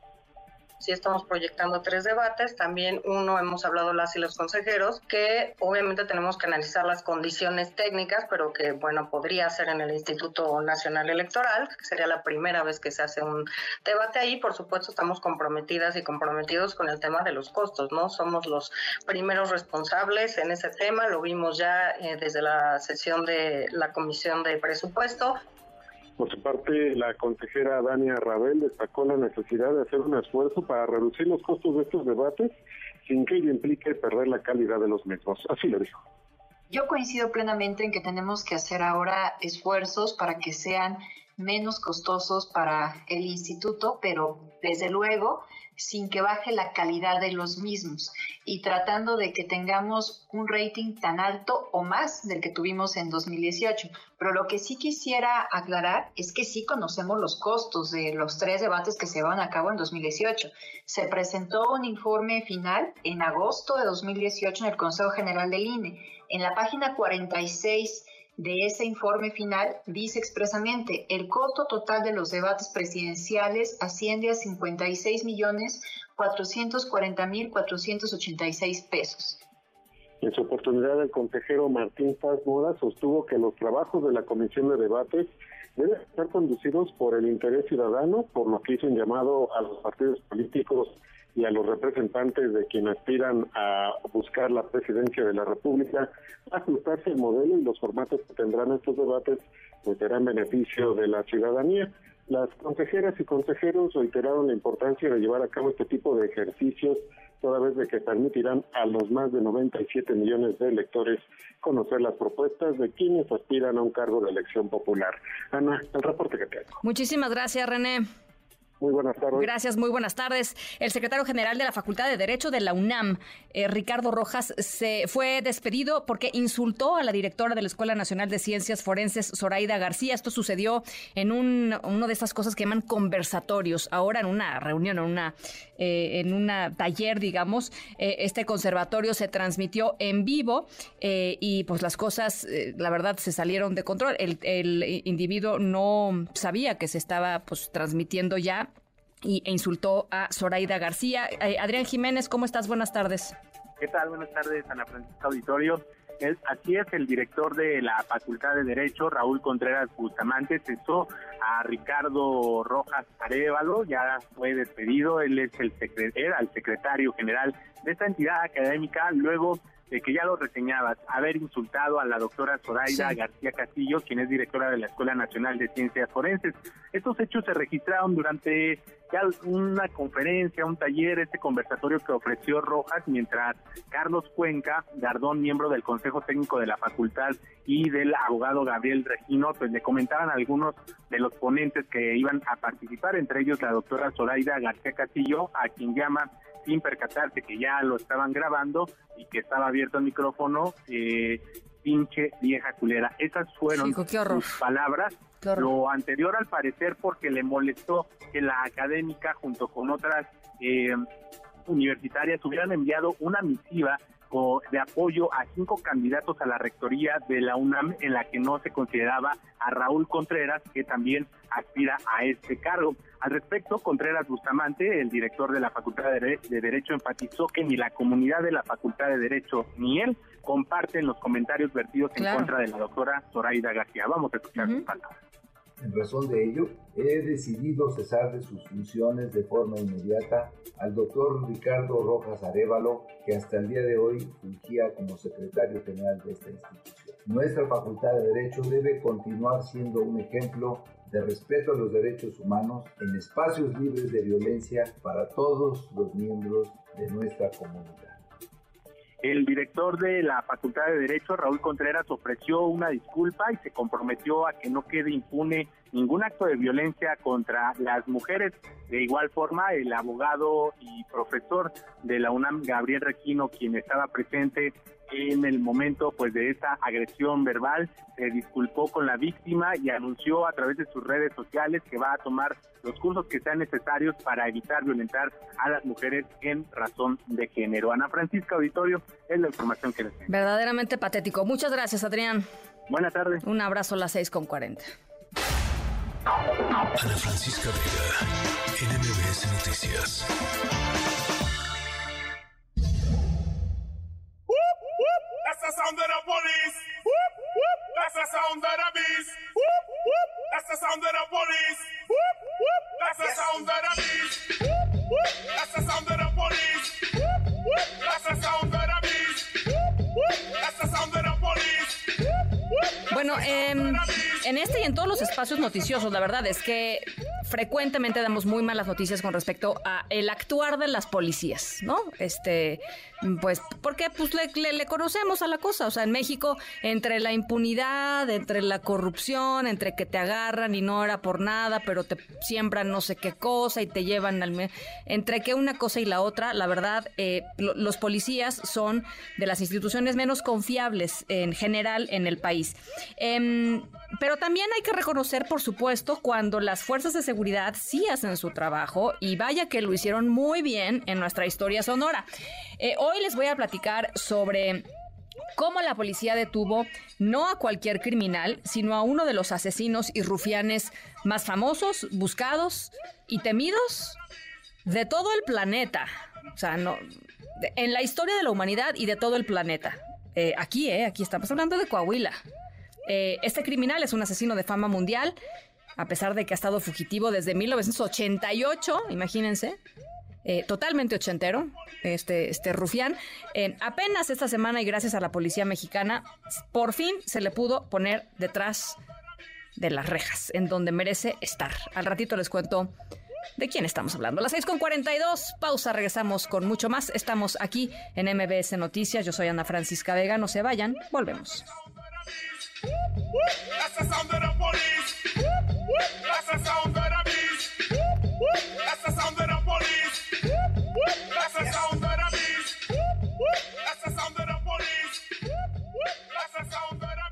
Sí estamos proyectando tres debates, también uno hemos hablado las y los consejeros, que obviamente tenemos que analizar las condiciones técnicas, pero que bueno, podría ser en el Instituto Nacional Electoral, que sería la primera vez que se hace un debate ahí. Por supuesto estamos comprometidas y comprometidos con el tema de los costos, ¿no? Somos los primeros responsables en ese tema, lo vimos ya eh, desde la sesión de la Comisión de Presupuesto. Por su parte, la consejera Dania Rabel destacó la necesidad de hacer un esfuerzo para reducir los costos de estos debates sin que ello implique perder la calidad de los mismos. Así lo dijo. Yo coincido plenamente en que tenemos que hacer ahora esfuerzos para que sean menos costosos para el instituto, pero desde luego sin que baje la calidad de los mismos y tratando de que tengamos un rating tan alto o más del que tuvimos en dos mil dieciocho. Pero lo que sí quisiera aclarar es que sí conocemos los costos de los tres debates que se van a cabo en dos mil dieciocho. Se presentó un informe final en agosto de dos mil dieciocho en el Consejo General del I N E. En la página cuarenta y seis de ese informe final dice expresamente: el costo total de los debates presidenciales asciende a cincuenta y seis millones cuatrocientos cuarenta mil cuatrocientos ochenta y seis pesos. En su oportunidad, el consejero Martín Paz Mora sostuvo que los trabajos de la comisión de debates deben estar conducidos por el interés ciudadano, por lo que hizo un llamado a los partidos políticos y a los representantes de quienes aspiran a buscar la presidencia de la República, a ajustarse el modelo y los formatos que tendrán estos debates, pues serán beneficio de la ciudadanía. Las consejeras y consejeros reiteraron la importancia de llevar a cabo este tipo de ejercicios, toda vez de que permitirán a los más de noventa y siete millones de electores conocer las propuestas de quienes aspiran a un cargo de elección popular. Ana, el reporte que tengo. Muchísimas gracias, René. Muy buenas tardes. Gracias, muy buenas tardes. El secretario general de la Facultad de Derecho de la UNAM, eh, Ricardo Rojas, se fue despedido porque insultó a la directora de la Escuela Nacional de Ciencias Forenses, Zoraida García. Esto sucedió en un uno de esas cosas que llaman conversatorios. Ahora en una reunión, en una eh, en una taller, digamos, eh, este conservatorio se transmitió en vivo eh, y pues las cosas, eh, la verdad, se salieron de control. El, el individuo no sabía que se estaba pues transmitiendo ya y e insultó a Zoraida García. Eh, Adrián Jiménez, ¿cómo estás? Buenas tardes. ¿Qué tal? Buenas tardes, Ana Francisca Auditorio. Es, así es, el director de la Facultad de Derecho, Raúl Contreras Bustamante, cesó a Ricardo Rojas Arévalo, ya fue despedido. Él es el secre- era el secretario general de esta entidad académica, luego de que ya lo reseñabas, haber insultado a la doctora Zoraida sí. García Castillo, quien es directora de la Escuela Nacional de Ciencias Forenses. Estos hechos se registraron durante ya una conferencia, un taller, este conversatorio que ofreció Rojas, mientras Carlos Cuenca Gardón, miembro del Consejo Técnico de la Facultad, y del abogado Gabriel Regino, pues le comentaban a algunos de los ponentes que iban a participar, entre ellos la doctora Zoraida García Castillo, a quien llama sin percatarse que ya lo estaban grabando y que estaba abierto el micrófono, eh, pinche vieja culera. Esas fueron Chico, qué horror. sus palabras. Lo anterior, al parecer, porque le molestó que la académica, junto con otras eh, universitarias, hubieran enviado una misiva de apoyo a cinco candidatos a la rectoría de la UNAM, en la que no se consideraba a Raúl Contreras, que también aspira a este cargo. Al respecto, Contreras Bustamante, el director de la Facultad de, Dere- de Derecho, enfatizó que ni la comunidad de la Facultad de Derecho ni él comparten los comentarios vertidos claro. en contra de la doctora Zoraida García. Vamos a escuchar uh-huh. sus palabras. En razón de ello, he decidido cesar de sus funciones de forma inmediata al doctor Ricardo Rojas Arévalo, que hasta el día de hoy fungía como secretario general de esta institución. Nuestra Facultad de Derecho debe continuar siendo un ejemplo de respeto a los derechos humanos en espacios libres de violencia para todos los miembros de nuestra comunidad. El director de la Facultad de Derecho, Raúl Contreras, ofreció una disculpa y se comprometió a que no quede impune ningún acto de violencia contra las mujeres. De igual forma, el abogado y profesor de la UNAM, Gabriel Regino, quien estaba presente en el momento pues de esta agresión verbal, se disculpó con la víctima y anunció a través de sus redes sociales que va a tomar los cursos que sean necesarios para evitar violentar a las mujeres en razón de género. Ana Francisca, auditorio, es la información que les tengo. Verdaderamente patético. Muchas gracias, Adrián. Buenas tardes. Un abrazo a las seis con cuarenta. Ana Francisca Vega, N M B S Noticias. That's the sound of the police. Whoop, whoop. That's the sound of the beast. Whoop, whoop. That's the sound of the police. Whoop, whoop. That's the sound of the beast. Whoop, whoop. That's the sound of the police. Whoop, whoop. That's the sound of the beast. Whoop, whoop. That's the sound of the police. Whoop, whoop. Bueno, eh, en este y en todos los espacios noticiosos, la verdad es que frecuentemente damos muy malas noticias con respecto a el actuar de las policías, ¿no? Este, pues, porque pues le, le, le conocemos a la cosa, o sea, en México, entre la impunidad, entre la corrupción, entre que te agarran y no era por nada, pero te siembran no sé qué cosa y te llevan al... Entre que una cosa y la otra, la verdad, eh, lo, los policías son de las instituciones menos confiables en general en el país. Eh, pero también hay que reconocer, por supuesto, cuando las fuerzas de seguridad sí hacen su trabajo, y vaya que lo hicieron muy bien en nuestra historia sonora. Eh, hoy les voy a platicar sobre cómo la policía detuvo no a cualquier criminal, sino a uno de los asesinos y rufianes más famosos, buscados y temidos de todo el planeta. O sea, no, de, en la historia de la humanidad y de todo el planeta. Eh, aquí, eh, aquí estamos hablando de Coahuila. Eh, este criminal es un asesino de fama mundial, a pesar de que ha estado fugitivo desde mil novecientos ochenta y ocho, imagínense, eh, totalmente ochentero, este, este rufián. Eh, apenas esta semana, y gracias a la policía mexicana, por fin se le pudo poner detrás de las rejas, en donde merece estar. Al ratito les cuento de quién estamos hablando. A las seis con cuarenta y dos, pausa, regresamos con mucho más. Estamos aquí en M B S Noticias, yo soy Ana Francisca Vega, no se vayan, volvemos. That's the sound of the police. That's the sound of the beast. That's the sound of the police. That's the sound of the beast. That's the sound of the police. That's the sound of the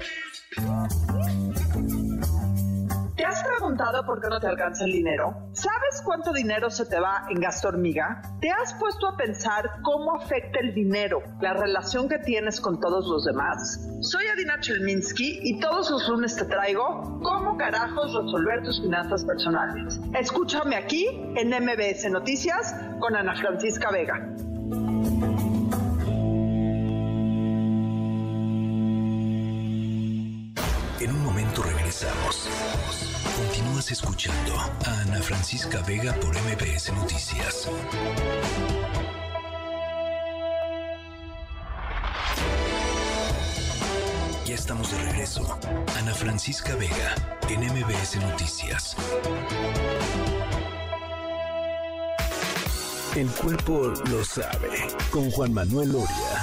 beast. ¿Te has preguntado por qué no te alcanza el dinero? ¿Sabes cuánto dinero se te va en gasto hormiga? ¿Te has puesto a pensar cómo afecta el dinero la relación que tienes con todos los demás? Soy Adina Chelminsky y todos los lunes te traigo cómo carajos resolver tus finanzas personales. Escúchame aquí en M B S Noticias con Ana Francisca Vega. En un momento regresamos. Continúas escuchando a Ana Francisca Vega por M B S Noticias. Ya estamos de regreso. Ana Francisca Vega en M B S Noticias. El cuerpo lo sabe, con Juan Manuel Oria.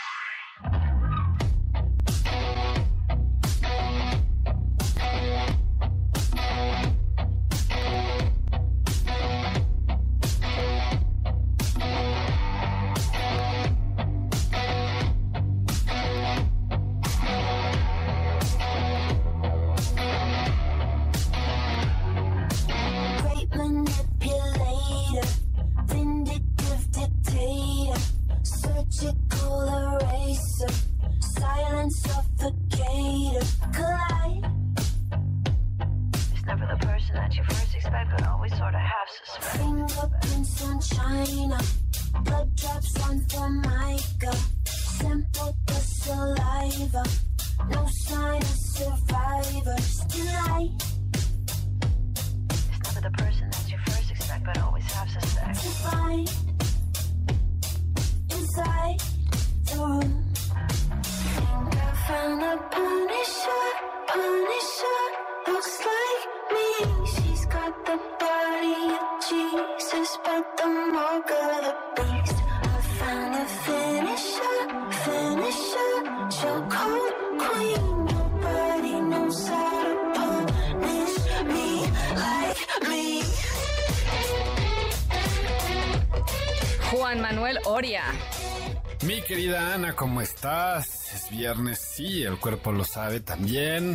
Juan Manuel Oria. Mi querida Ana, ¿cómo estás? Es viernes, sí, el cuerpo lo sabe también.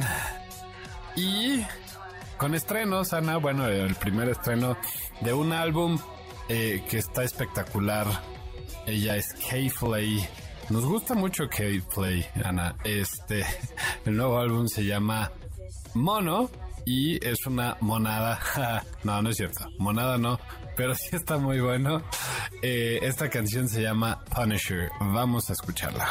Y con estrenos, Ana, bueno, el primer estreno de un álbum eh, que está espectacular. Ella es K-Flay. Nos gusta mucho K-Flay, Ana. Este, el nuevo álbum se llama Mono y es una monada. No, no es cierto, monada no, pero sí está muy bueno. Eh, esta canción se llama Punisher. Vamos a escucharla.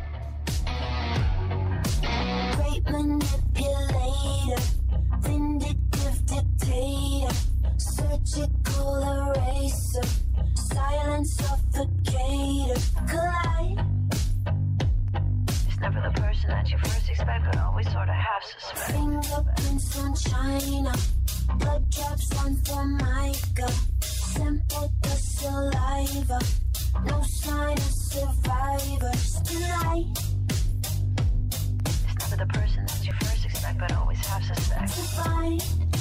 Great manipulator, vindictive dictator, surgical eraser, silent suffocator, collide. It's never the person that you first expect, but always sort of half suspect. Fingerprints on China, blood drops on Formica, sample the saliva, no sign of survivors tonight. It's never the person that you first expect, but always half suspect. To find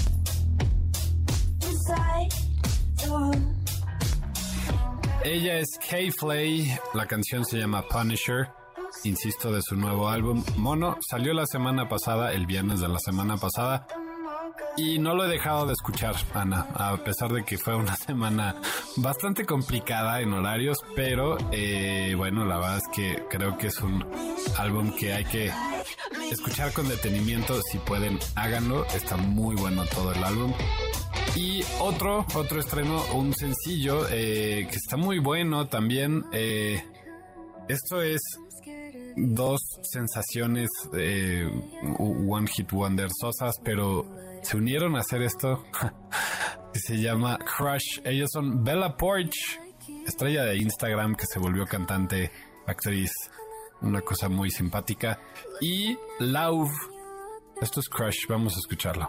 inside the room. Ella es K-Flay, la canción se llama Punisher, insisto, de su nuevo álbum Mono. Salió la semana pasada, el viernes de la semana pasada, y no lo he dejado de escuchar, Ana, a pesar de que fue una semana bastante complicada en horarios, pero eh, bueno, la verdad es que creo que es un álbum que hay que escuchar con detenimiento. Si pueden, háganlo, está muy bueno todo el álbum. Y otro, otro estreno, un sencillo eh, que está muy bueno también. Eh, esto es dos sensaciones eh, One Hit Wonder sosas, pero se unieron a hacer esto que se llama Crush. Ellos son Bella Poarch, estrella de Instagram que se volvió cantante, actriz, una cosa muy simpática, y Lauv. Esto es Crush, vamos a escucharlo.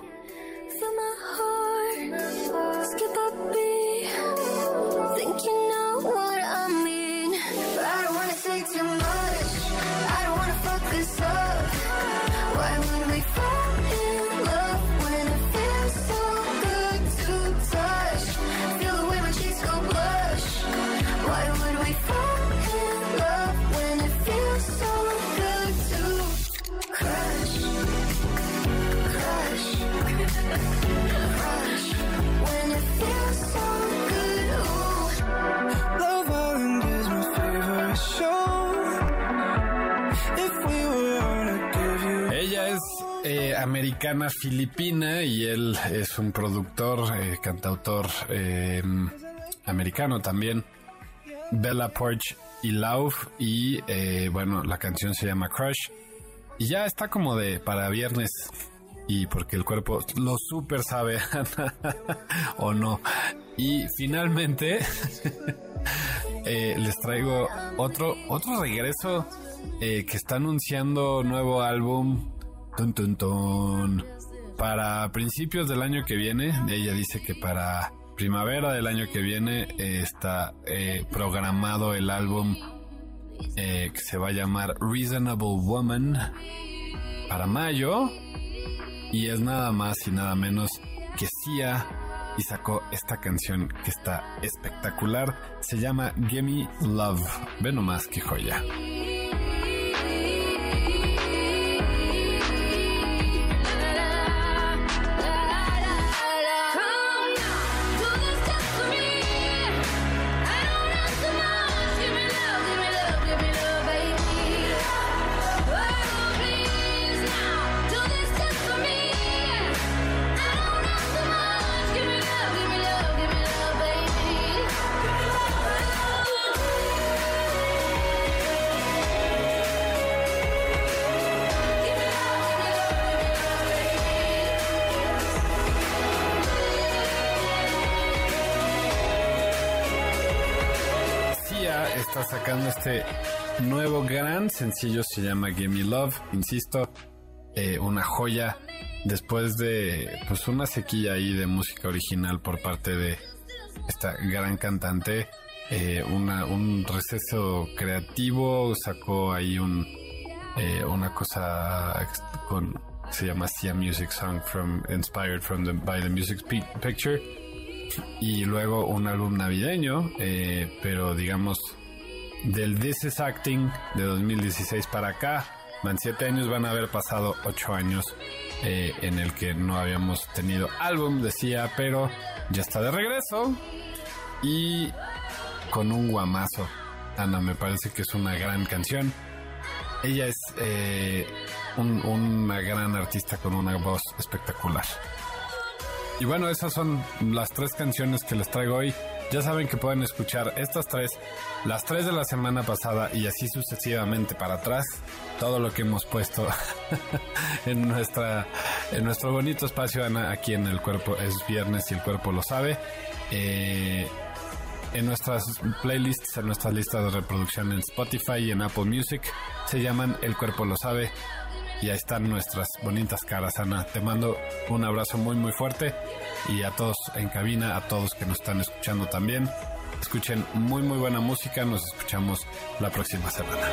Skip a beat, think you know what I mean, but I don't wanna say too much, I don't wanna fuck this up. Why would we fall in love when it feels so good to touch? Feel the way my cheeks go blush. Why would we fall in love when it feels so good to crush? Crush. Crush. When it feels so good, ooh. Love Island is my favorite show. If we were on a give you. Ella es eh, americana filipina y él es un productor, eh, cantautor eh, americano también. Bella Poarch y Lauv, y eh, bueno, la canción se llama Crush. Y ya está como de para viernes. Y porque el cuerpo lo súper sabe, o no. Y finalmente eh, les traigo otro, otro regreso eh, que está anunciando nuevo álbum. Tun, tun, tun, para principios del año que viene. Ella dice que para primavera del año que viene eh, está eh, programado el álbum eh, que se va a llamar Reasonable Woman para mayo. Y es nada más y nada menos que Sia, y sacó esta canción que está espectacular. Se llama Gimme Love. Ve nomás qué joya. Está sacando este nuevo gran sencillo, se llama Gimme Love, insisto, eh, una joya después de pues una sequía ahí de música original por parte de esta gran cantante, eh, una, un receso creativo, sacó ahí un eh, una cosa con, se llama Sia Music Song from Inspired from the, by the Music Picture, y luego un álbum navideño, eh, pero digamos del This Is Acting de dos mil dieciséis para acá. Van siete años, van a haber pasado ocho años eh, en el que no habíamos tenido álbum, decía, pero ya está de regreso y con un guamazo. Ana, me parece que es una gran canción. Ella es eh, un, una gran artista con una voz espectacular. Y bueno, esas son las tres canciones que les traigo hoy. Ya saben que pueden escuchar estas tres, las tres de la semana pasada y así sucesivamente para atrás, todo lo que hemos puesto en nuestra en nuestro bonito espacio, Ana, aquí en El Cuerpo es Viernes y El Cuerpo lo sabe. Eh, en nuestras playlists, en nuestras listas de reproducción en Spotify y en Apple Music, se llaman El Cuerpo lo sabe. Y ahí están nuestras bonitas caras, Ana. Te mando un abrazo muy muy fuerte, y a todos en cabina, a todos que nos están escuchando también. Escuchen muy muy buena música. Nos escuchamos la próxima semana.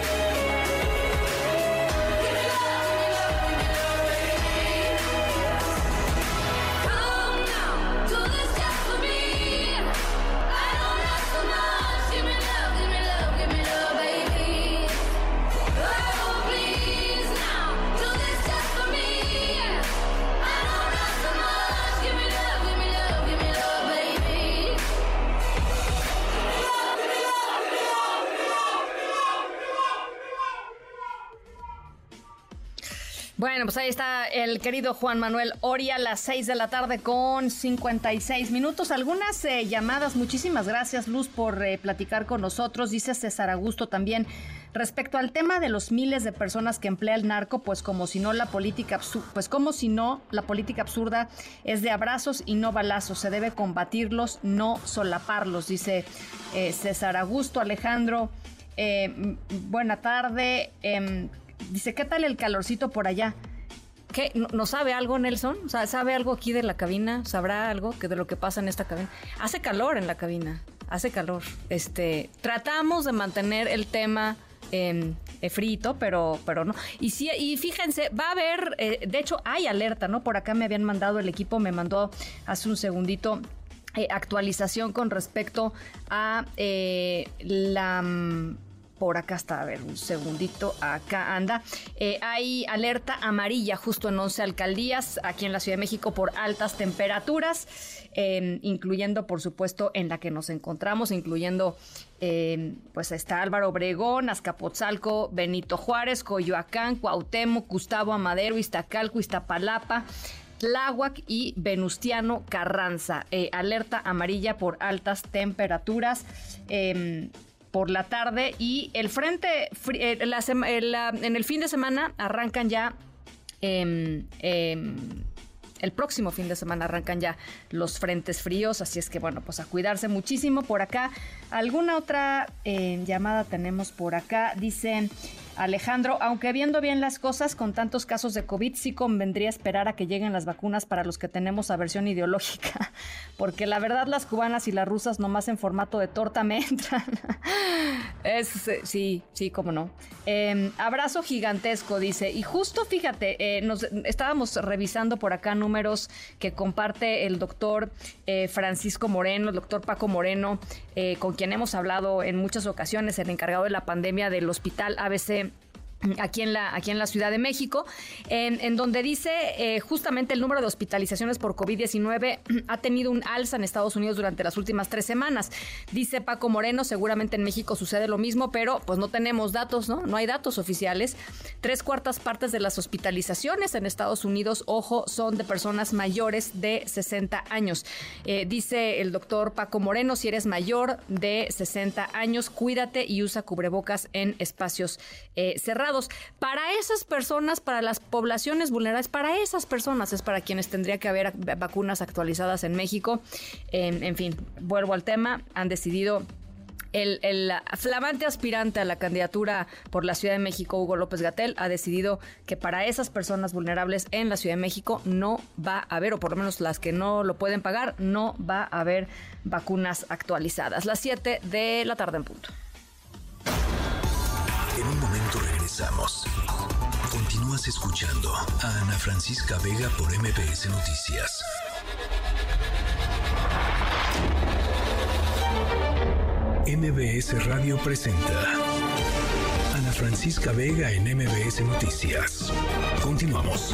Bueno, pues ahí está el querido Juan Manuel Oria, a las seis de la tarde con cincuenta y seis minutos. Algunas eh, llamadas, muchísimas gracias, Luz, por eh, platicar con nosotros. Dice César Augusto también, respecto al tema de los miles de personas que emplea el narco, pues como si no la política absur- pues como si no la política absurda es de abrazos y no balazos. Se debe combatirlos, no solaparlos, dice eh, César Augusto. Alejandro, eh, buena tarde. Eh, Dice, ¿qué tal el calorcito por allá? ¿Qué? ¿No, ¿No sabe algo, Nelson? O sea, ¿sabe algo aquí de la cabina? ¿Sabrá algo que de lo que pasa en esta cabina? Hace calor en la cabina, hace calor. Este, tratamos de mantener el tema eh, eh, frito, pero, pero no. Y sí, y fíjense, va a haber, eh, de hecho hay alerta, ¿no? Por acá me habían mandado, el equipo me mandó hace un segundito eh, actualización con respecto a eh, la... Por acá está, a ver, un segundito, acá anda. Eh, hay alerta amarilla justo en once alcaldías aquí en la Ciudad de México por altas temperaturas, eh, incluyendo, por supuesto, en la que nos encontramos, incluyendo, eh, pues está Álvaro Obregón, Azcapotzalco, Benito Juárez, Coyoacán, Cuauhtémoc, Gustavo Amadero, Iztacalco, Iztapalapa, Tláhuac y Venustiano Carranza. Eh, alerta amarilla por altas temperaturas. Eh, por la tarde. Y el frente, eh, la, el, la, en el fin de semana arrancan ya... Eh, eh, El próximo fin de semana arrancan ya los frentes fríos, así es que bueno, pues a cuidarse muchísimo. Por acá, ¿alguna otra eh, llamada tenemos por acá? Dice Alejandro, aunque viendo bien las cosas, con tantos casos de COVID, sí convendría esperar a que lleguen las vacunas para los que tenemos aversión ideológica, porque la verdad las cubanas y las rusas nomás en formato de torta me entran. Es, sí, sí, cómo no. Eh, abrazo gigantesco, dice. Y justo, fíjate, eh, nos estábamos revisando por acá números que comparte el doctor eh, Francisco Moreno, el doctor Paco Moreno, eh, con quien hemos hablado en muchas ocasiones, el encargado de la pandemia del Hospital A B C aquí en la aquí en la Ciudad de México, en, en donde dice eh, justamente el número de hospitalizaciones por COVID diecinueve ha tenido un alza en Estados Unidos durante las últimas tres semanas. Dice Paco Moreno, seguramente en México sucede lo mismo, pero pues no tenemos datos, ¿no? No hay datos oficiales. Tres cuartas partes de las hospitalizaciones en Estados Unidos, ojo, son de personas mayores de sesenta años. Eh, dice el doctor Paco Moreno, si eres mayor de sesenta años, cuídate y usa cubrebocas en espacios eh, cerrados. Para esas personas, para las poblaciones vulnerables, para esas personas es para quienes tendría que haber vacunas actualizadas en México. Eh, en fin, vuelvo al tema, han decidido... El, el flamante aspirante a la candidatura por la Ciudad de México, Hugo López-Gatell, ha decidido que para esas personas vulnerables en la Ciudad de México no va a haber, o por lo menos las que no lo pueden pagar, no va a haber vacunas actualizadas. Las siete de la tarde en punto. En un momento regresamos. Continúas escuchando a Ana Francisca Vega por M B S Noticias. M B S Radio presenta Ana Francisca Vega en M B S Noticias. Continuamos.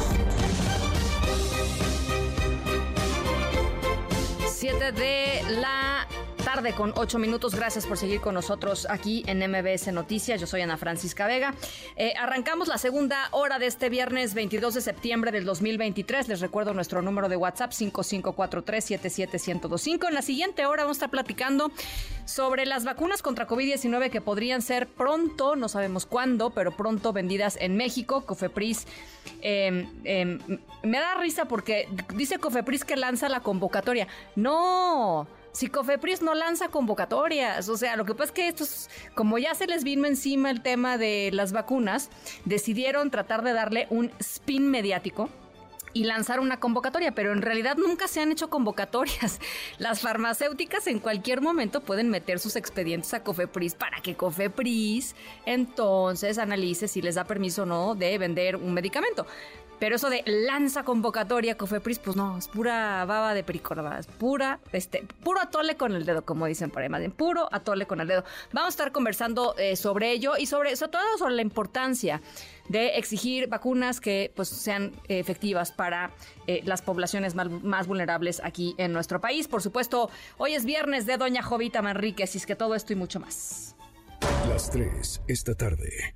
Siete de la tarde con ocho minutos. Gracias por seguir con nosotros aquí en M B S Noticias. Yo soy Ana Francisca Vega. Eh, arrancamos la segunda hora de este viernes veintidós de septiembre del dos mil veintitrés. Les recuerdo nuestro número de WhatsApp cinco cinco cuatro tres siete siete uno cero dos cinco. En la siguiente hora vamos a estar platicando sobre las vacunas contra COVID diecinueve que podrían ser pronto, no sabemos cuándo, pero pronto vendidas en México. Cofepris eh, eh, me da risa porque dice Cofepris que lanza la convocatoria. No, si Cofepris no lanza convocatorias, o sea, lo que pasa es que estos, como ya se les vino encima el tema de las vacunas, decidieron tratar de darle un spin mediático y lanzar una convocatoria, pero en realidad nunca se han hecho convocatorias. Las farmacéuticas en cualquier momento pueden meter sus expedientes a Cofepris para que Cofepris entonces analice si les da permiso o no de vender un medicamento. Pero eso de lanza convocatoria Cofepris, pues no, es pura baba de perico, es pura, este, puro atole con el dedo, como dicen por ahí, más bien, puro atole con el dedo. Vamos a estar conversando eh, sobre ello y sobre, sobre todo sobre la importancia de exigir vacunas que pues sean eh, efectivas para eh, las poblaciones más, más vulnerables aquí en nuestro país. Por supuesto, hoy es viernes de Doña Jovita Manrique, así es que todo esto y mucho más. Las tres esta tarde.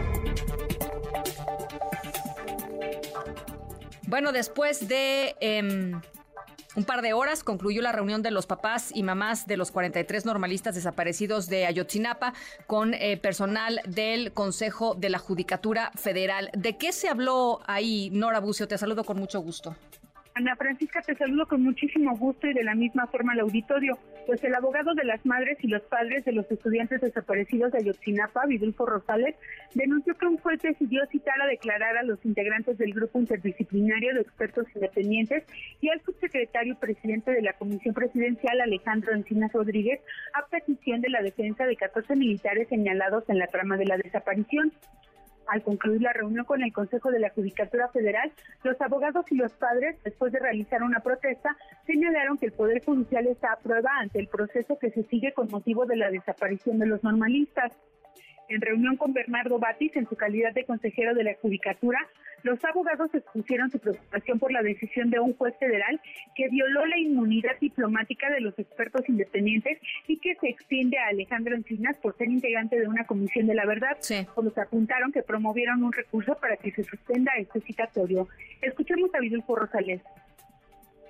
Bueno, después de eh, un par de horas concluyó la reunión de los papás y mamás de los cuarenta y tres normalistas desaparecidos de Ayotzinapa con eh, personal del Consejo de la Judicatura Federal. ¿De qué se habló ahí, Nora Bucio? Te saludo con mucho gusto. Ana Francisca, te saludo con muchísimo gusto y de la misma forma al auditorio, pues el abogado de las madres y los padres de los estudiantes desaparecidos de Ayotzinapa, Vidulfo Rosales, denunció que un juez decidió citar a declarar a los integrantes del grupo interdisciplinario de expertos independientes y al subsecretario presidente de la Comisión Presidencial, Alejandro Encinas Rodríguez, a petición de la defensa de catorce militares señalados en la trama de la desaparición. Al concluir la reunión con el Consejo de la Judicatura Federal, los abogados y los padres, después de realizar una protesta, señalaron que el Poder Judicial está a prueba ante el proceso que se sigue con motivo de la desaparición de los normalistas. En reunión con Bernardo Batis, en su calidad de consejero de la Judicatura, los abogados expusieron su preocupación por la decisión de un juez federal que violó la inmunidad diplomática de los expertos independientes y que se extiende a Alejandro Encinas por ser integrante de una comisión de la verdad, sí. Por lo que apuntaron que promovieron un recurso para que se suspenda este citatorio. Escuchemos a Vidulfo Rosales.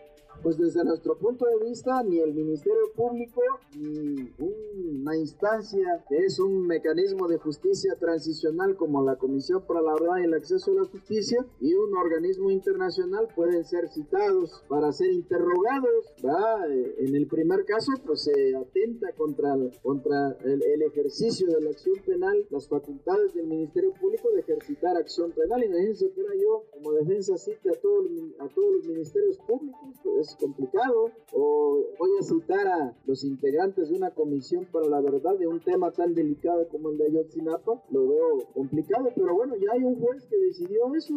Pues desde nuestro punto de vista, ni el Ministerio Público, ni una instancia que es un mecanismo de justicia transicional como la Comisión para la Verdad y el Acceso a la Justicia y un organismo internacional pueden ser citados para ser interrogados, ¿verdad? En el primer caso, pues se atenta contra, el, contra el, el ejercicio de la acción penal, las facultades del Ministerio Público de ejercitar acción penal. Imagínense que era yo, como defensa, cite a, todo el, a todos los ministerios públicos, pues es complicado. O voy a citar a los integrantes de una comisión para la verdad de un tema tan delicado como el de Ayotzinapa, lo veo complicado, pero bueno, ya hay un juez que decidió eso.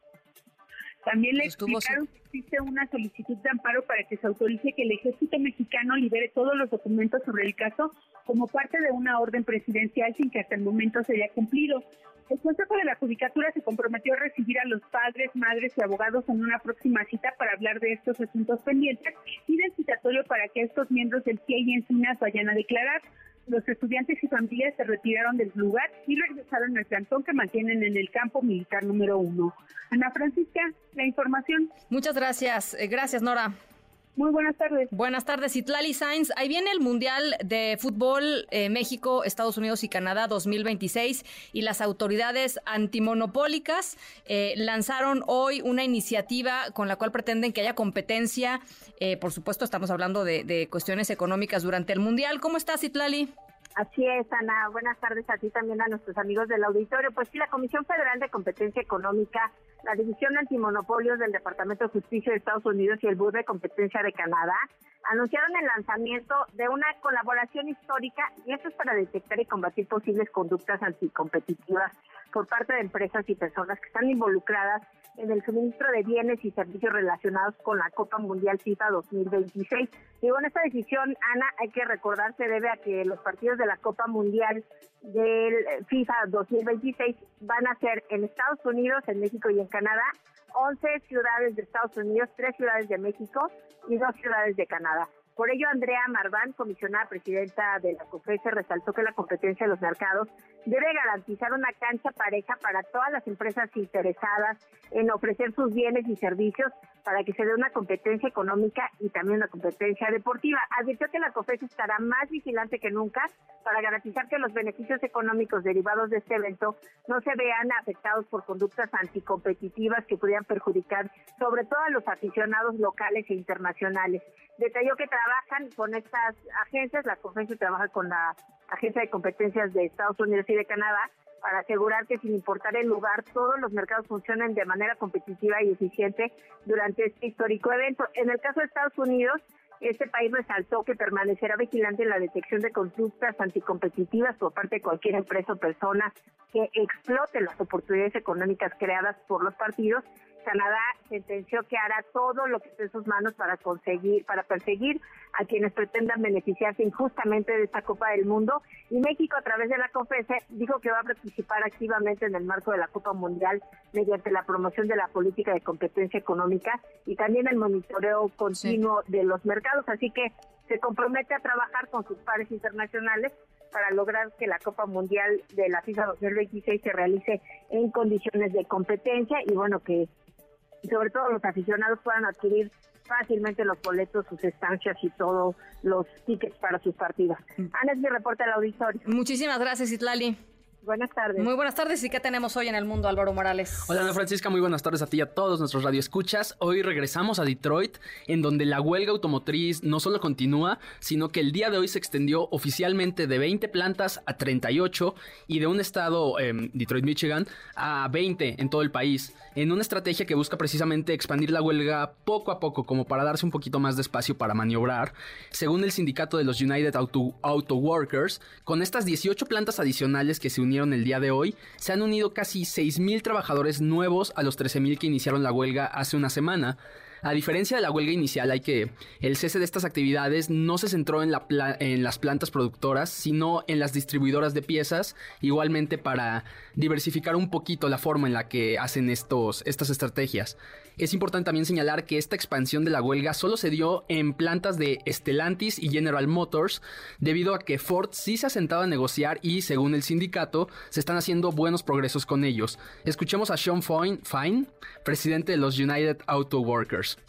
También le explicaron que existe una solicitud de amparo para que se autorice que el ejército mexicano libere todos los documentos sobre el caso como parte de una orden presidencial sin que hasta el momento se haya cumplido. El Consejo de la Judicatura se comprometió a recibir a los padres, madres y abogados en una próxima cita para hablar de estos asuntos pendientes y del citatorio para que estos miembros del C I E y Encinas vayan a declarar. Los estudiantes y familias se retiraron del lugar y regresaron al plantón que mantienen en el campo militar número uno. Ana Francisca, la información. Muchas gracias. Gracias, Nora. Muy buenas tardes. Buenas tardes, Citlali Sainz. Ahí viene el Mundial de Fútbol eh, México, Estados Unidos y Canadá dos mil veintiséis y las autoridades antimonopólicas eh, lanzaron hoy una iniciativa con la cual pretenden que haya competencia. Eh, por supuesto, estamos hablando de, de cuestiones económicas durante el Mundial. ¿Cómo estás, Citlali? Así es, Ana. Buenas tardes a ti también, a nuestros amigos del auditorio. Pues sí, la Comisión Federal de Competencia Económica, la División Antimonopolios del Departamento de Justicia de Estados Unidos y el Bureau de Competencia de Canadá anunciaron el lanzamiento de una colaboración histórica, y esto es para detectar y combatir posibles conductas anticompetitivas por parte de empresas y personas que están involucradas en el suministro de bienes y servicios relacionados con la Copa Mundial FIFA dos mil veintiséis. Y bueno, esta decisión, Ana, hay que recordar, se debe a que los partidos de la Copa Mundial del FIFA dos mil veintiséis van a ser en Estados Unidos, en México y en Canadá, once ciudades de Estados Unidos, tres ciudades de México y dos ciudades de Canadá. Por ello, Andrea Marván, comisionada presidenta de la COFESE, resaltó que la competencia de los mercados debe garantizar una cancha pareja para todas las empresas interesadas en ofrecer sus bienes y servicios para que se dé una competencia económica y también una competencia deportiva. Advirtió que la COFESE estará más vigilante que nunca para garantizar que los beneficios económicos derivados de este evento no se vean afectados por conductas anticompetitivas que pudieran perjudicar sobre todo a los aficionados locales e internacionales. Detalló que trabajan con estas agencias, la COFESE trabaja con la Agencia de Competencias de Estados Unidos y de Canadá para asegurar que sin importar el lugar, todos los mercados funcionen de manera competitiva y eficiente durante este histórico evento. En el caso de Estados Unidos, este país resaltó que permanecerá vigilante en la detección de conductas anticompetitivas por parte de cualquier empresa o persona que explote las oportunidades económicas creadas por los partidos. Canadá sentenció que hará todo lo que esté en sus manos para conseguir, para perseguir a quienes pretendan beneficiarse injustamente de esta Copa del Mundo. Y México, a través de la COFESE, dijo que va a participar activamente en el marco de la Copa Mundial mediante la promoción de la política de competencia económica y también el monitoreo continuo sí. de los mercados. Así que se compromete a trabajar con sus pares internacionales para lograr que la Copa Mundial de la FIFA dos mil veintiséis se realice en condiciones de competencia y bueno, que sobre todo los aficionados puedan adquirir fácilmente los boletos, sus estancias y todos los tickets para sus partidos. Ana, es mi reporte al auditorio. Muchísimas gracias, Citlali. Buenas tardes. Muy buenas tardes. ¿Y qué tenemos hoy en el mundo, Álvaro Morales? Hola, Ana Francisca. Muy buenas tardes a ti y a todos nuestros radioescuchas. Hoy regresamos a Detroit, en donde la huelga automotriz no solo continúa, sino que el día de hoy se extendió oficialmente de veinte plantas a treinta y ocho y de un estado, eh, Detroit, Michigan, a veinte en todo el país, en una estrategia que busca precisamente expandir la huelga poco a poco, como para darse un poquito más de espacio para maniobrar. Según el sindicato de los United Auto, Auto Workers, con estas dieciocho plantas adicionales que se unieron el día de hoy, se han unido casi seis mil trabajadores nuevos a los trece mil que iniciaron la huelga hace una semana. A diferencia de la huelga inicial, hay que el cese de estas actividades no se centró en, la pla- en las plantas productoras, sino en las distribuidoras de piezas, igualmente para diversificar un poquito la forma en la que hacen estos, estas estrategias. Es importante también señalar que esta expansión de la huelga solo se dio en plantas de Stellantis y General Motors, debido a que Ford sí se ha sentado a negociar y, según el sindicato, se están haciendo buenos progresos con ellos. Escuchemos a Sean Fine, presidente de los United Auto Workers.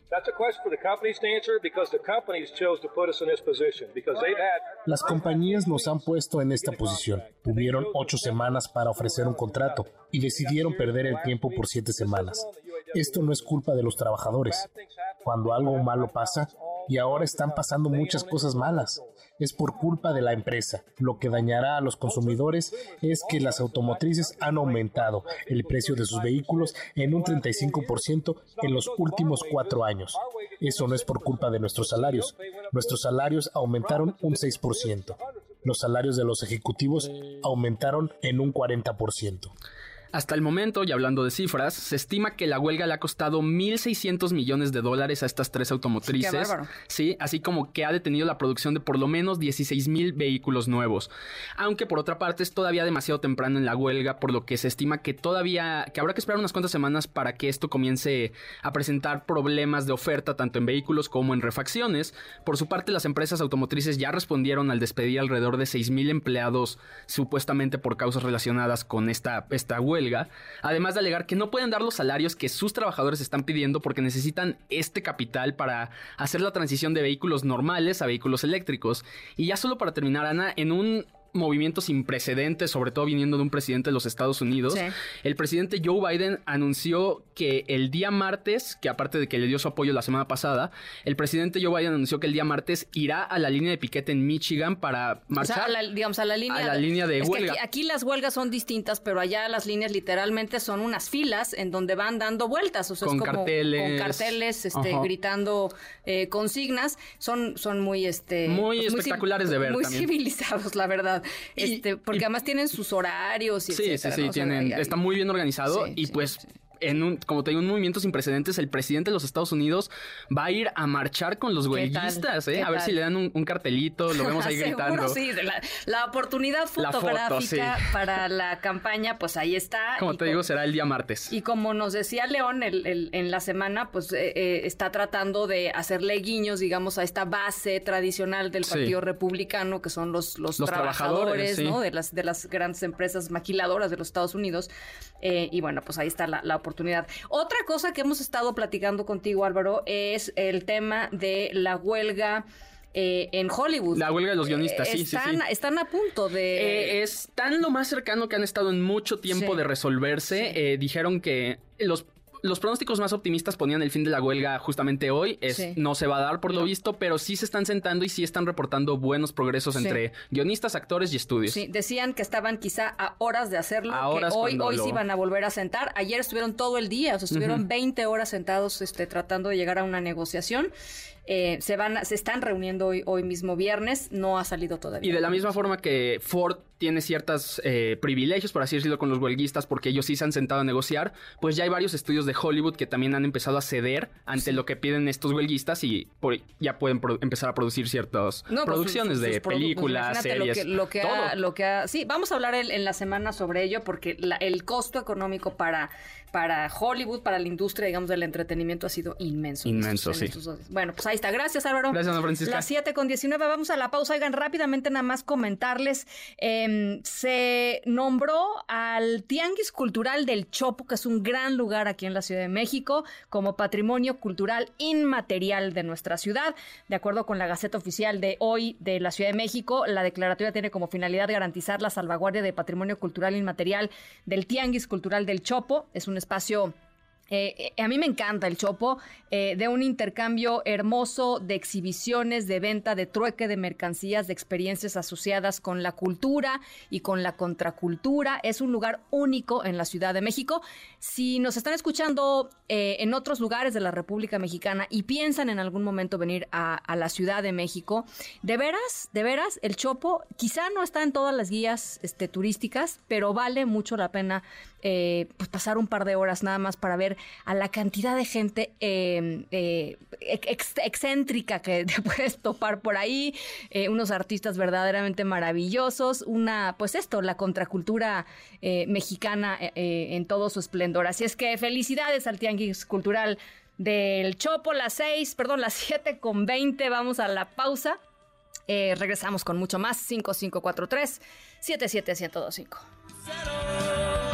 Las compañías nos han puesto en esta posición. Tuvieron ocho semanas para ofrecer un contrato y decidieron perder el tiempo por siete semanas. Esto no es culpa de los trabajadores. Cuando algo malo pasa, y ahora están pasando muchas cosas malas, es por culpa de la empresa. Lo que dañará a los consumidores es que las automotrices han aumentado el precio de sus vehículos en un treinta y cinco por ciento en los últimos cuatro años. Eso no es por culpa de nuestros salarios. Nuestros salarios aumentaron un seis por ciento. Los salarios de los ejecutivos aumentaron en un cuarenta por ciento. Hasta el momento, y hablando de cifras, se estima que la huelga le ha costado mil seiscientos millones de dólares a estas tres automotrices. Qué bárbaro. Sí, así como que ha detenido la producción de por lo menos dieciséis mil vehículos nuevos. Aunque por otra parte es todavía demasiado temprano en la huelga, por lo que se estima que todavía, que habrá que esperar unas cuantas semanas para que esto comience a presentar problemas de oferta tanto en vehículos como en refacciones. Por su parte, las empresas automotrices ya respondieron al despedir alrededor de seis mil empleados supuestamente por causas relacionadas con esta, esta huelga. Además de alegar que no pueden dar los salarios que sus trabajadores están pidiendo porque necesitan este capital para hacer la transición de vehículos normales a vehículos eléctricos. Y ya solo para terminar, Ana, en un movimiento sin precedentes, sobre todo viniendo de un presidente de los Estados Unidos, sí. El presidente Joe Biden anunció que el día martes, que aparte de que le dio su apoyo la semana pasada, el presidente Joe Biden anunció que el día martes irá a la línea de piquete en Michigan para marchar. O sea, a la, digamos, a la línea, a la línea de es huelga. Que aquí, aquí las huelgas son distintas, pero allá las líneas literalmente son unas filas en donde van dando vueltas, o sea, con es como carteles, con carteles, este, gritando eh, consignas. Son, son muy, este, muy pues, espectaculares muy, de ver muy también. Civilizados, la verdad. Este, porque y, además tienen sus horarios y sí, etcétera, sí, sí, ¿no? tienen, o sea, hay, está muy bien organizado sí, y sí, pues sí. En un, como te digo, un movimiento sin precedentes, el presidente de los Estados Unidos va a ir a marchar con los huelguistas, ¿eh? A tal? ver si le dan un, un cartelito, lo vemos ahí gritando. Sí, la, la oportunidad fotográfica la foto, sí. para la campaña, pues ahí está. Como te como, digo, será el día martes. Y como nos decía León el, el, en la semana, pues eh, eh, está tratando de hacerle guiños, digamos, a esta base tradicional del Partido sí. Republicano, que son los, los, los trabajadores, trabajadores sí. ¿no? De las, de las grandes empresas maquiladoras de los Estados Unidos. Eh, y bueno, pues ahí está la, la oportunidad. Otra cosa que hemos estado platicando contigo, Álvaro, es el tema de la huelga eh, en Hollywood. La huelga de los guionistas, eh, sí, están, sí, sí. Están a punto de... Eh, están lo más cercano que han estado en mucho tiempo sí. de resolverse. Sí. Eh, dijeron que los... Los pronósticos más optimistas ponían el fin de la huelga justamente hoy. Es, sí. No se va a dar por no. lo visto, pero sí se están sentando y sí están reportando buenos progresos sí. entre guionistas, actores y estudios. Sí, decían que estaban quizá a horas de hacerlo, a horas que hoy, hoy lo... sí van a volver a sentar. Ayer estuvieron todo el día, o sea, estuvieron uh-huh. veinte horas sentados este, tratando de llegar a una negociación. Eh, se van, se están reuniendo hoy, hoy mismo viernes, no ha salido todavía. Y de la misma forma que Ford tiene ciertos eh, privilegios, por así decirlo, con los huelguistas, porque ellos sí se han sentado a negociar, pues ya hay varios estudios de Hollywood que también han empezado a ceder ante sí. lo que piden estos huelguistas y por, ya pueden pro- empezar a producir ciertas no, producciones pues sus, sus, de sus películas, pues series, lo que, lo que ha, lo que ha, sí, vamos a hablar el, en la semana sobre ello, porque la, el costo económico para, para Hollywood, para la industria, digamos, del entretenimiento ha sido inmenso. Inmenso, estos, sí. Estos, bueno, pues ahí está. Gracias, Álvaro. Gracias, Ana Francisca. Las siete con diecinueve, vamos a la pausa. Oigan, rápidamente nada más comentarles, eh, se nombró al Tianguis Cultural del Chopo, que es un gran lugar aquí en la Ciudad de México, como Patrimonio Cultural Inmaterial de nuestra ciudad. De acuerdo con la Gaceta Oficial de hoy de la Ciudad de México, la declaratoria tiene como finalidad garantizar la salvaguardia de patrimonio cultural inmaterial del Tianguis Cultural del Chopo. Es un espacio... Eh, a mí me encanta el Chopo, eh, de un intercambio hermoso de exhibiciones, de venta, de trueque de mercancías, de experiencias asociadas con la cultura y con la contracultura. Es un lugar único en la Ciudad de México. Si nos están escuchando eh, en otros lugares de la República Mexicana y piensan en algún momento venir a, a la Ciudad de México, de veras, de veras, el Chopo quizá no está en todas las guías este, turísticas, pero vale mucho la pena eh, pues pasar un par de horas nada más para ver a la cantidad de gente eh, eh, ex, excéntrica que te puedes topar por ahí, eh, unos artistas verdaderamente maravillosos, una, pues esto, la contracultura eh, mexicana eh, en todo su esplendor. Así es que felicidades al Tianguis Cultural del Chopo, las seis, perdón, las siete con veinte, vamos a la pausa. Eh, regresamos con mucho más, cinco cinco cuatro tres, siete siete siete dos cinco.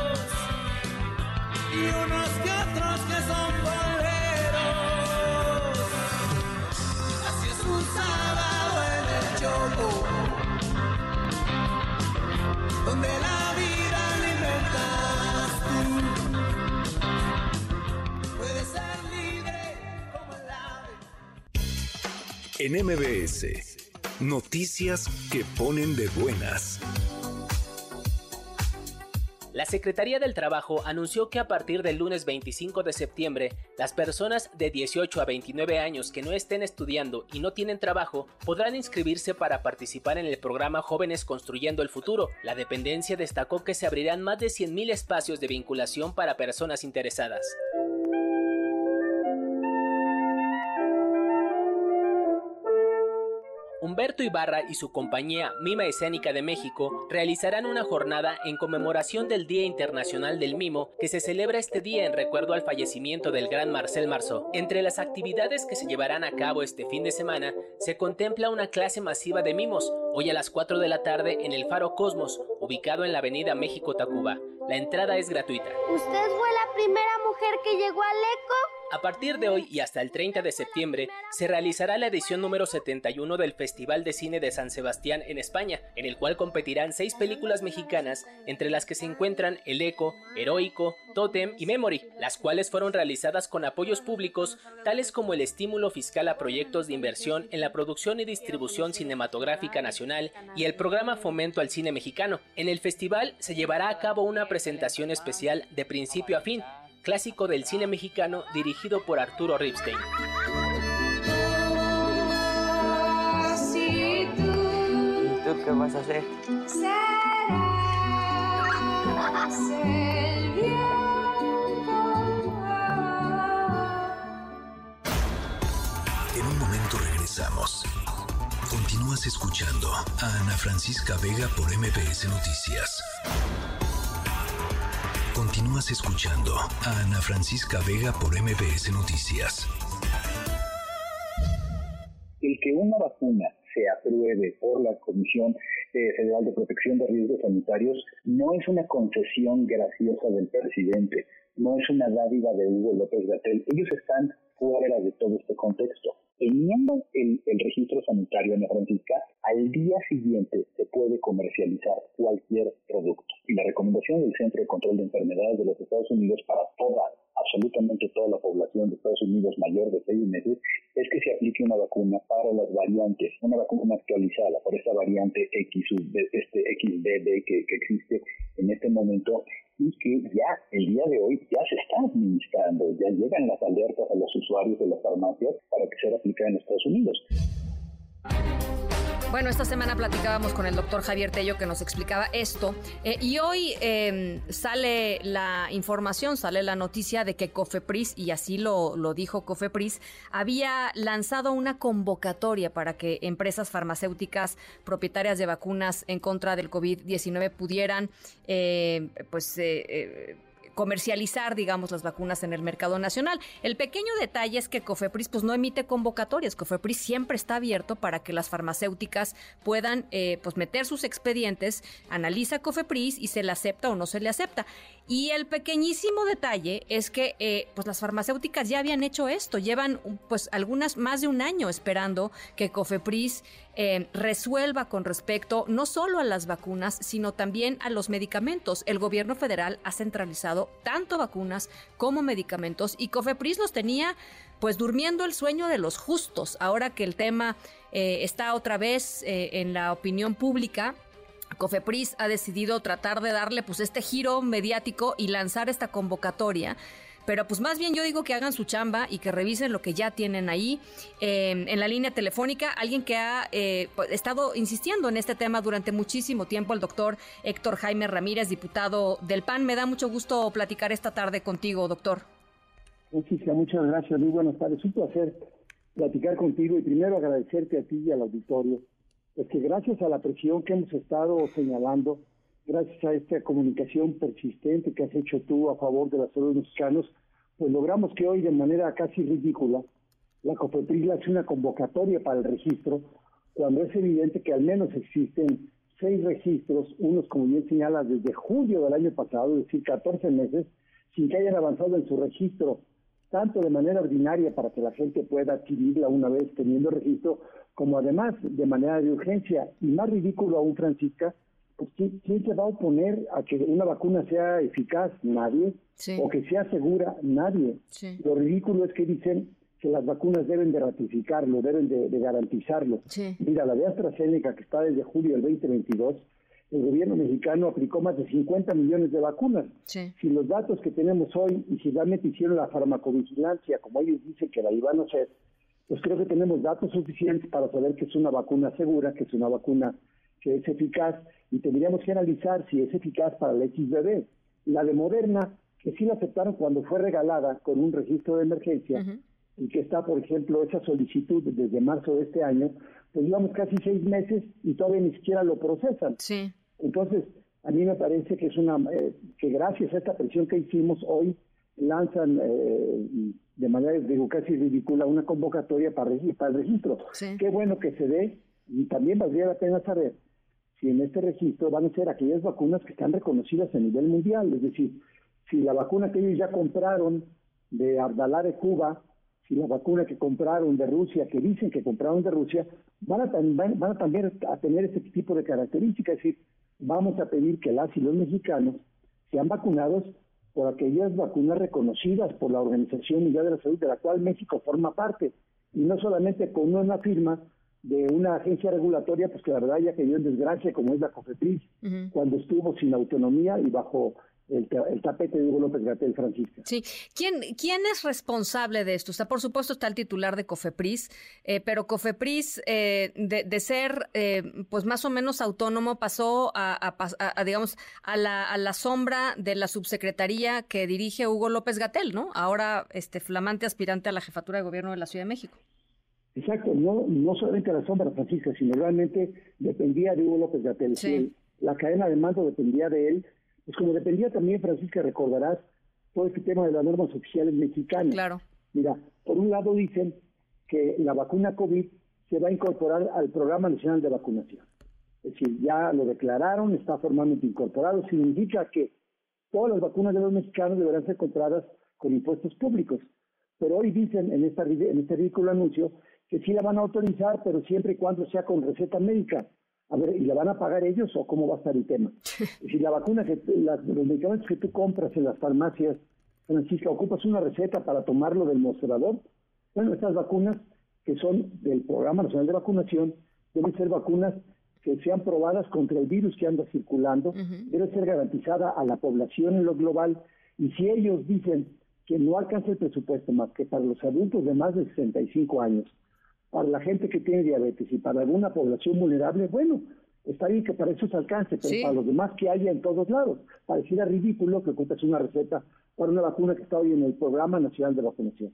Y unos que otros que son boleros. En M B S, noticias que ponen de buenas. La Secretaría del Trabajo anunció que a partir del lunes veinticinco de septiembre, las personas de dieciocho a veintinueve años que no estén estudiando y no tienen trabajo podrán inscribirse para participar en el programa Jóvenes Construyendo el Futuro. La dependencia destacó que se abrirán más de cien mil espacios de vinculación para personas interesadas. Humberto Ibarra y su compañía Mima Escénica de México realizarán una jornada en conmemoración del Día Internacional del Mimo que se celebra este día en recuerdo al fallecimiento del gran Marcel Marceau. Entre las actividades que se llevarán a cabo este fin de semana se contempla una clase masiva de mimos, hoy a las cuatro de la tarde en el Faro Cosmos, ubicado en la avenida México-Tacuba. La entrada es gratuita. ¿Usted fue la primera mujer que llegó al ECO? A partir de hoy y hasta el treinta de septiembre se realizará la edición número setenta y uno del Festival de Cine de San Sebastián en España, en el cual competirán seis películas mexicanas, entre las que se encuentran El Eco, Heroico, Tótem y Memory, las cuales fueron realizadas con apoyos públicos, tales como el estímulo fiscal a proyectos de inversión en la producción y distribución cinematográfica nacional y el programa Fomento al Cine Mexicano. En el festival se llevará a cabo una presentación especial de principio a fin, clásico del cine mexicano dirigido por Arturo Ripstein. ¿Y tú qué vas a hacer? En un momento regresamos. Continúas escuchando a Ana Francisca Vega por M B S Noticias. Continúas escuchando a Ana Francisca Vega por M B S Noticias. El que una vacuna se apruebe por la Comisión eh, Federal de Protección de Riesgos Sanitarios no es una concesión graciosa del presidente, no es una dádiva de Hugo López-Gatell. Ellos están fuera de todo este contexto. Teniendo el, el registro sanitario, Ana Francisca, al día siguiente se puede comercializar cualquier producto. Y la recomendación del Centro de Control de Enfermedades de los Estados Unidos para toda, absolutamente toda la población de Estados Unidos mayor de seis meses es que se aplique una vacuna para las variantes, una vacuna actualizada por esta variante X, este X B B que, que existe en este momento y que ya, el día de hoy, ya se está administrando, ya llegan las alertas a los usuarios de las farmacias para que sea aplicada en Estados Unidos. Bueno, esta semana platicábamos con el doctor Javier Tello que nos explicaba esto eh, y hoy eh, sale la información, sale la noticia de que Cofepris, y así lo, lo dijo Cofepris, había lanzado una convocatoria para que empresas farmacéuticas propietarias de vacunas en contra del COVID diecinueve pudieran eh, pues eh, eh, comercializar, digamos, las vacunas en el mercado nacional. El pequeño detalle es que Cofepris pues no emite convocatorias. Cofepris siempre está abierto para que las farmacéuticas puedan eh, pues meter sus expedientes, analiza Cofepris y se le acepta o no se le acepta. Y el pequeñísimo detalle es que eh, pues las farmacéuticas ya habían hecho esto, llevan pues algunas más de un año esperando que Cofepris eh, resuelva con respecto no solo a las vacunas, sino también a los medicamentos. El gobierno federal ha centralizado tanto vacunas como medicamentos y Cofepris los tenía pues durmiendo el sueño de los justos. Ahora que el tema eh, está otra vez eh, en la opinión pública, Cofepris ha decidido tratar de darle pues este giro mediático y lanzar esta convocatoria. Pero pues más bien yo digo que hagan su chamba y que revisen lo que ya tienen ahí. Eh, en la línea telefónica, alguien que ha eh, estado insistiendo en este tema durante muchísimo tiempo, el doctor Héctor Jaime Ramírez, diputado del P A N. Me da mucho gusto platicar esta tarde contigo, doctor. Francisca, muchas gracias. Muy buenas tardes. Un placer platicar contigo y primero agradecerte a ti y al auditorio. Es que gracias a la presión que hemos estado señalando, gracias a esta comunicación persistente que has hecho tú a favor de la salud de los mexicanos, pues logramos que hoy de manera casi ridícula la Cofepris hace una convocatoria para el registro, cuando es evidente que al menos existen seis registros, unos como bien señalas desde julio del año pasado, es decir, catorce meses, sin que hayan avanzado en su registro, tanto de manera ordinaria para que la gente pueda adquirirla una vez teniendo registro, como además de manera de urgencia. Y más ridículo aún, Francisca, pues ¿quién, quién se va a oponer a que una vacuna sea eficaz? Nadie. Sí. O que sea segura, nadie. Sí. Lo ridículo es que dicen que las vacunas deben de ratificarlo, deben de, de garantizarlo. Sí. Mira, la de AstraZeneca, que está desde julio del veinte veintidós, el gobierno mexicano aplicó más de cincuenta millones de vacunas. Sí. Si los datos que tenemos hoy, y si realmente hicieron la farmacovigilancia, como ellos dicen que la iban a hacer, pues creo que tenemos datos suficientes para saber que es una vacuna segura, que es una vacuna que es eficaz, y tendríamos que analizar si es eficaz para el X B B. La de Moderna, que sí la aceptaron cuando fue regalada con un registro de emergencia, uh-huh. y que está, por ejemplo, esa solicitud desde marzo de este año, pues llevamos casi seis meses y todavía ni siquiera lo procesan. Sí. Entonces, a mí me parece que es una eh, que gracias a esta presión que hicimos hoy, lanzan eh, de manera, digo, casi ridícula una convocatoria para, para el registro. Sí. Qué bueno que se dé, y también valdría la pena saber si en este registro van a ser aquellas vacunas que están reconocidas a nivel mundial, es decir, si la vacuna que ellos ya compraron de Abdalá de Cuba, si la vacuna que compraron de Rusia, que dicen que compraron de Rusia, van a, van, van a también a tener ese tipo de características, es decir, vamos a pedir que las y los mexicanos sean vacunados por aquellas vacunas reconocidas por la Organización Mundial de la Salud, de la cual México forma parte, y no solamente con una firma de una agencia regulatoria, pues que la verdad ya cayó en desgracia, como es la COFEPRIS, uh-huh. cuando estuvo sin autonomía y bajo el, el tapete de Hugo López-Gatell, Francisca. Sí. ¿Quién, ¿Quién es responsable de esto? O sea, por supuesto está el titular de COFEPRIS, eh, pero COFEPRIS, eh, de, de ser eh, pues más o menos autónomo, pasó a, a, a, a digamos, a la, a la sombra de la subsecretaría que dirige Hugo López-Gatell, ¿no? Ahora este flamante aspirante a la jefatura de gobierno de la Ciudad de México. Exacto, no, no solamente a la sombra, Francisca, sino realmente dependía de Hugo López-Gatell. Sí. La cadena de mando dependía de él. Pues como dependía también, Francisca, recordarás todo este tema de las normas oficiales mexicanas. Claro. Mira, por un lado dicen que la vacuna COVID se va a incorporar al Programa Nacional de Vacunación. Es decir, ya lo declararon, está formalmente incorporado. Significa que todas las vacunas de los mexicanos deberán ser compradas con impuestos públicos. Pero hoy dicen en, esta, en este ridículo anuncio que sí la van a autorizar, pero siempre y cuando sea con receta médica. A ver, ¿y la van a pagar ellos o cómo va a estar el tema? Si la vacuna, que la, los medicamentos que tú compras en las farmacias, Francisca, ocupas una receta para tomarlo del mostrador, bueno, estas vacunas que son del Programa Nacional de Vacunación deben ser vacunas que sean probadas contra el virus que anda circulando, uh-huh. debe ser garantizada a la población en lo global, y si ellos dicen que no alcanza el presupuesto más que para los adultos de más de sesenta y cinco años, para la gente que tiene diabetes y para alguna población vulnerable, bueno, está bien que para eso se alcance, pero sí. para los demás que haya en todos lados. Pareciera ridículo que ocupas una receta para una vacuna que está hoy en el Programa Nacional de Vacunación.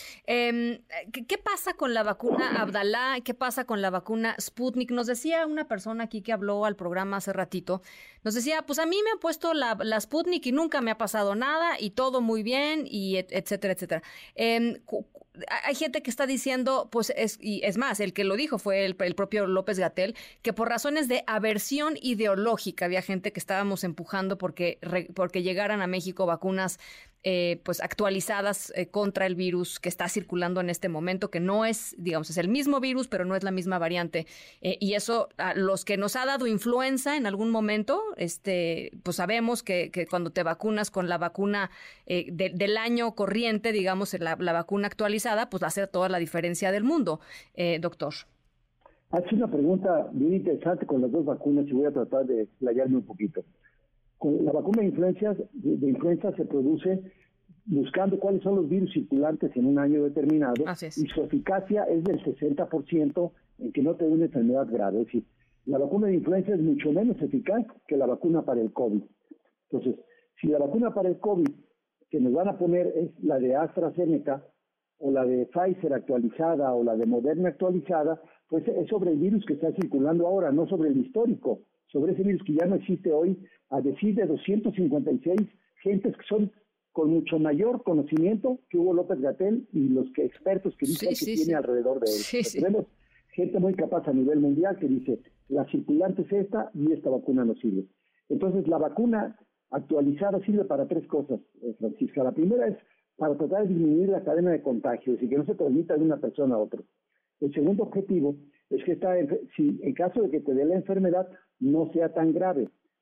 Eh, ¿Qué pasa con la vacuna Abdalá? ¿Qué pasa con la vacuna Sputnik? Nos decía una persona aquí que habló al programa hace ratito, nos decía, pues a mí me han puesto la, la Sputnik y nunca me ha pasado nada y todo muy bien, y et, etcétera, etcétera. Eh, Hay gente que está diciendo, pues, es, y es más, el que lo dijo fue el, el propio López-Gatell, que por razones de aversión ideológica había gente que estábamos empujando porque, porque llegaran a México vacunas eh, pues actualizadas eh, contra el virus que está circulando en este momento, que no es, digamos, es el mismo virus, pero no es la misma variante. Eh, y eso, a los que nos ha dado influenza en algún momento, este, pues sabemos que, que cuando te vacunas con la vacuna eh, de, del año corriente, digamos, la, la vacuna actualizada, pues va a hacer toda la diferencia del mundo, eh, doctor. Hace una pregunta bien interesante con las dos vacunas y voy a tratar de explayarme un poquito. Con la vacuna de influenza, de, de influenza se produce buscando cuáles son los virus circulantes en un año determinado y su eficacia es del sesenta por ciento en que no te dé una enfermedad grave. Es decir, la vacuna de influenza es mucho menos eficaz que la vacuna para el COVID. Entonces, si la vacuna para el COVID que nos van a poner es la de AstraZeneca, o la de Pfizer actualizada, o la de Moderna actualizada, pues es sobre el virus que está circulando ahora, no sobre el histórico, sobre ese virus que ya no existe hoy, a decir de doscientos cincuenta y seis gentes que son con mucho mayor conocimiento que Hugo López-Gatell y los que expertos que dicen sí, que sí, tiene sí. alrededor de él. Sí, sí. Tenemos gente muy capaz a nivel mundial que dice, la circulante es esta y esta vacuna no sirve. Entonces, la vacuna actualizada sirve para tres cosas, eh, Francisca. La primera es para tratar de disminuir la cadena de contagios y que no se transmita de una persona a otra. El segundo objetivo es que esta, si en caso de que te dé la enfermedad no sea tan grave,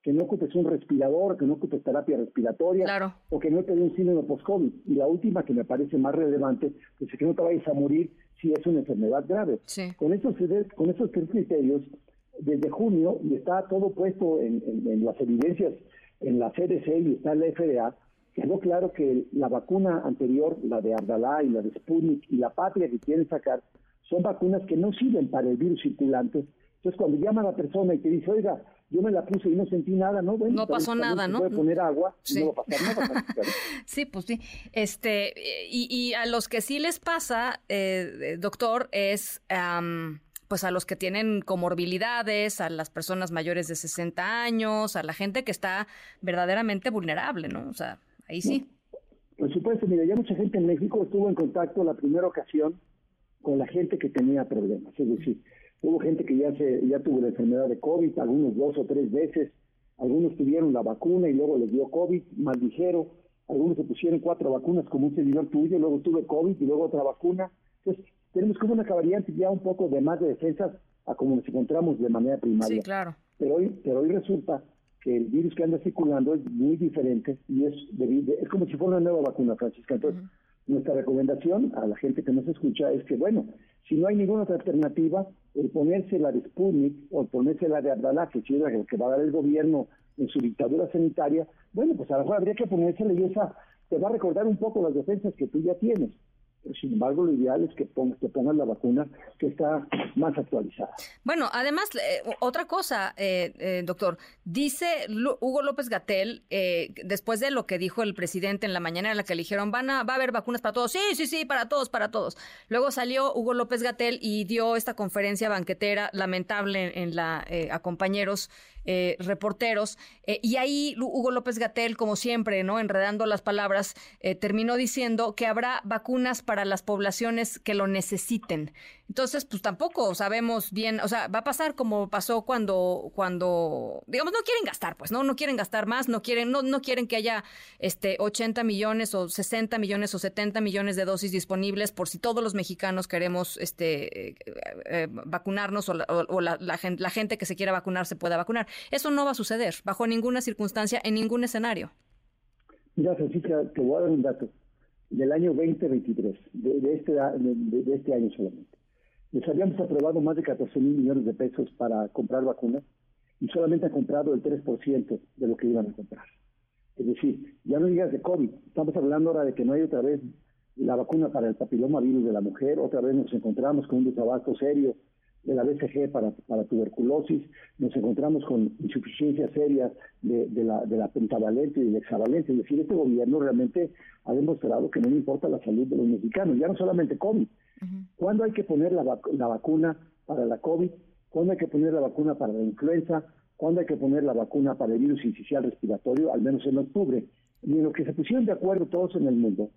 que no ocupes un respirador, que no ocupes terapia respiratoria, claro. o que no te dé un síndrome post-COVID. Y la última, que me parece más relevante, pues es que no te vayas a morir si es una enfermedad grave. Sí. Con esos, con esos tres criterios, desde junio, y está todo puesto en, en, en las evidencias, en la C D C y está en la F D A, quedó claro que la vacuna anterior, la de Abdalá y la de Sputnik y la Patria que quieren sacar, son vacunas que no sirven para el virus circulante. Entonces, cuando llama a la persona y te dice, oiga, yo me la puse y no sentí nada, ¿no? Bueno, no pasó nada, se ¿no? puede poner agua sí. y no va a pasar nada. Sí, pues sí. Este, y, y a los que sí les pasa, eh, doctor, es... Um, pues a los que tienen comorbilidades, a las personas mayores de sesenta años, a la gente que está verdaderamente vulnerable, ¿no? O sea, ahí sí. No, por supuesto, mira, ya mucha gente en México estuvo en contacto la primera ocasión con la gente que tenía problemas, es decir, hubo gente que ya se ya tuvo la enfermedad de COVID, algunos dos o tres veces, algunos tuvieron la vacuna y luego les dio COVID, más ligero, algunos se pusieron cuatro vacunas como un servidor tuyo, luego tuve COVID y luego otra vacuna. Entonces, tenemos como una variante ya un poco de más de defensas a como nos encontramos de manera primaria. Sí, claro. Pero hoy, pero hoy resulta que el virus que anda circulando es muy diferente y es, de, es como si fuera una nueva vacuna, Francisca. Entonces, uh-huh. nuestra recomendación a la gente que nos escucha es que, bueno, si no hay ninguna otra alternativa, el ponerse la de Sputnik o el ponerse la de Abdalá, que es la que va a dar el gobierno en su dictadura sanitaria, bueno, pues a lo mejor habría que ponérsela y esa te va a recordar un poco las defensas que tú ya tienes. Sin embargo, lo ideal es que pongas, que pongas la vacuna que está más actualizada. Bueno, además, eh, otra cosa, eh, eh, doctor, dice Hugo López-Gatell, eh, después de lo que dijo el presidente en la mañana en la que le dijeron, van a, va a haber vacunas para todos, sí, sí, sí, para todos, para todos. Luego salió Hugo López-Gatell y dio esta conferencia banquetera lamentable en la eh, a compañeros Eh, reporteros, eh, y ahí Hugo López-Gatell, como siempre, ¿no? Enredando las palabras, eh, terminó diciendo que habrá vacunas para las poblaciones que lo necesiten. Entonces, pues tampoco sabemos bien, o sea, va a pasar como pasó cuando, cuando, digamos, no quieren gastar, pues, ¿no? No quieren gastar más, no quieren, no, no quieren que haya este ochenta millones o sesenta millones o setenta millones de dosis disponibles por si todos los mexicanos queremos este eh, eh, vacunarnos o, la, o, o la, la, gente, la gente que se quiera vacunar se pueda vacunar. Eso no va a suceder bajo ninguna circunstancia, en ningún escenario. Mira, Francisca, te voy a dar un dato del año veinte veintitrés, de, de, este, de, de este año solamente. Les habíamos aprobado más de catorce mil millones de pesos para comprar vacunas y solamente han comprado el tres por ciento de lo que iban a comprar. Es decir, ya no digas de COVID, estamos hablando ahora de que no hay otra vez la vacuna para el papiloma virus de la mujer, otra vez nos encontramos con un desabasto serio de la B C G para, para tuberculosis, nos encontramos con insuficiencias serias de, de, la, de la pentavalente y del hexavalente. Es decir, este gobierno realmente ha demostrado que no le importa la salud de los mexicanos, ya no solamente COVID. Uh-huh. ¿Cuándo hay que poner la, vac- la vacuna para la COVID? ¿Cuándo hay que poner la vacuna para la influenza? ¿Cuándo hay que poner la vacuna para el virus incisional respiratorio? Al menos en octubre. Y en lo que se pusieron de acuerdo todos en el mundo,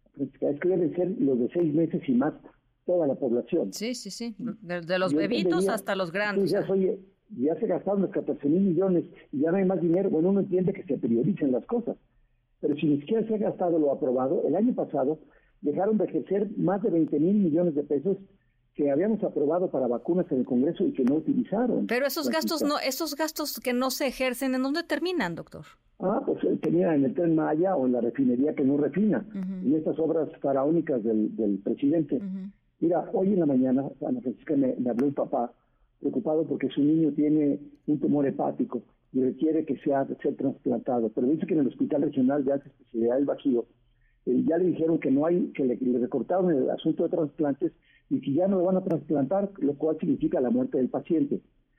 es que deben ser los de seis meses y más toda la población. Sí, sí, sí. De, de los Yo bebitos hasta los grandes. Ya, oye, ya se gastaron los catorce mil millones y ya no hay más dinero. Bueno, uno entiende que se prioricen las cosas. Pero si ni siquiera se ha gastado lo aprobado, el año pasado dejaron de ejercer más de veinte mil millones de pesos que habíamos aprobado para vacunas en el Congreso y que no utilizaron. Pero esos gastos no, esos gastos que no se ejercen, ¿en dónde terminan, doctor? Ah, pues tenía en el Tren Maya o en la refinería que no refina, uh-huh. en estas obras faraónicas del, del presidente. Uh-huh. Mira, hoy en la mañana, Ana Francisca, me, me habló un papá preocupado porque su niño tiene un tumor hepático y requiere que sea, sea trasplantado. Pero dice que en el Hospital Regional de Alta Especialidad del Bajío eh, ya le dijeron que no hay, que le, le recortaron el asunto de trasplantes y que ya no lo van a trasplantar, lo cual significa la muerte del paciente.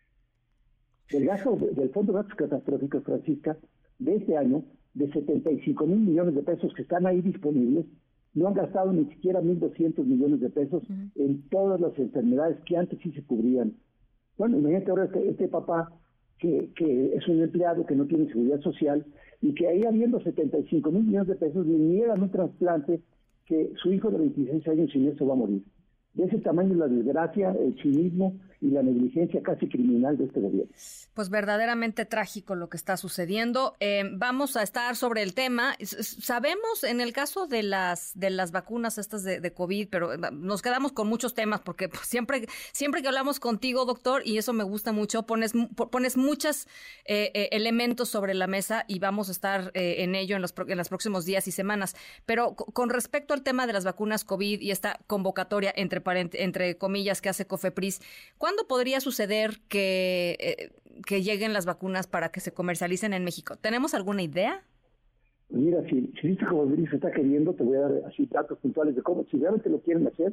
El gasto del Fondo de Gastos Catastróficos, Francisca, de este año, de setenta y cinco mil millones de pesos que están ahí disponibles, no han gastado ni siquiera mil doscientos millones de pesos uh-huh. en todas las enfermedades que antes sí se cubrían. Bueno, imagínate ahora este, este papá que, que es un empleado que no tiene seguridad social y que ahí habiendo setenta y cinco mil millones de pesos le niegan un trasplante que su hijo de veintiséis años sin eso va a morir. De ese tamaño es la desgracia, el cinismo y la negligencia casi criminal de este gobierno. Pues verdaderamente trágico lo que está sucediendo. Eh, vamos a estar sobre el tema. Sabemos en el caso de las de las vacunas estas de, de COVID, pero nos quedamos con muchos temas porque pues, siempre siempre que hablamos contigo, doctor, y eso me gusta mucho, pones pones muchos eh, eh, elementos sobre la mesa y vamos a estar eh, en ello en los, en los próximos días y semanas. Pero con respecto al tema de las vacunas COVID y esta convocatoria entre, entre comillas que hace COFEPRIS, ¿cuándo podría suceder que, eh, que lleguen las vacunas para que se comercialicen en México? ¿Tenemos alguna idea? Mira, si, si dice como se está queriendo, te voy a dar así datos puntuales de cómo, si realmente lo quieren hacer.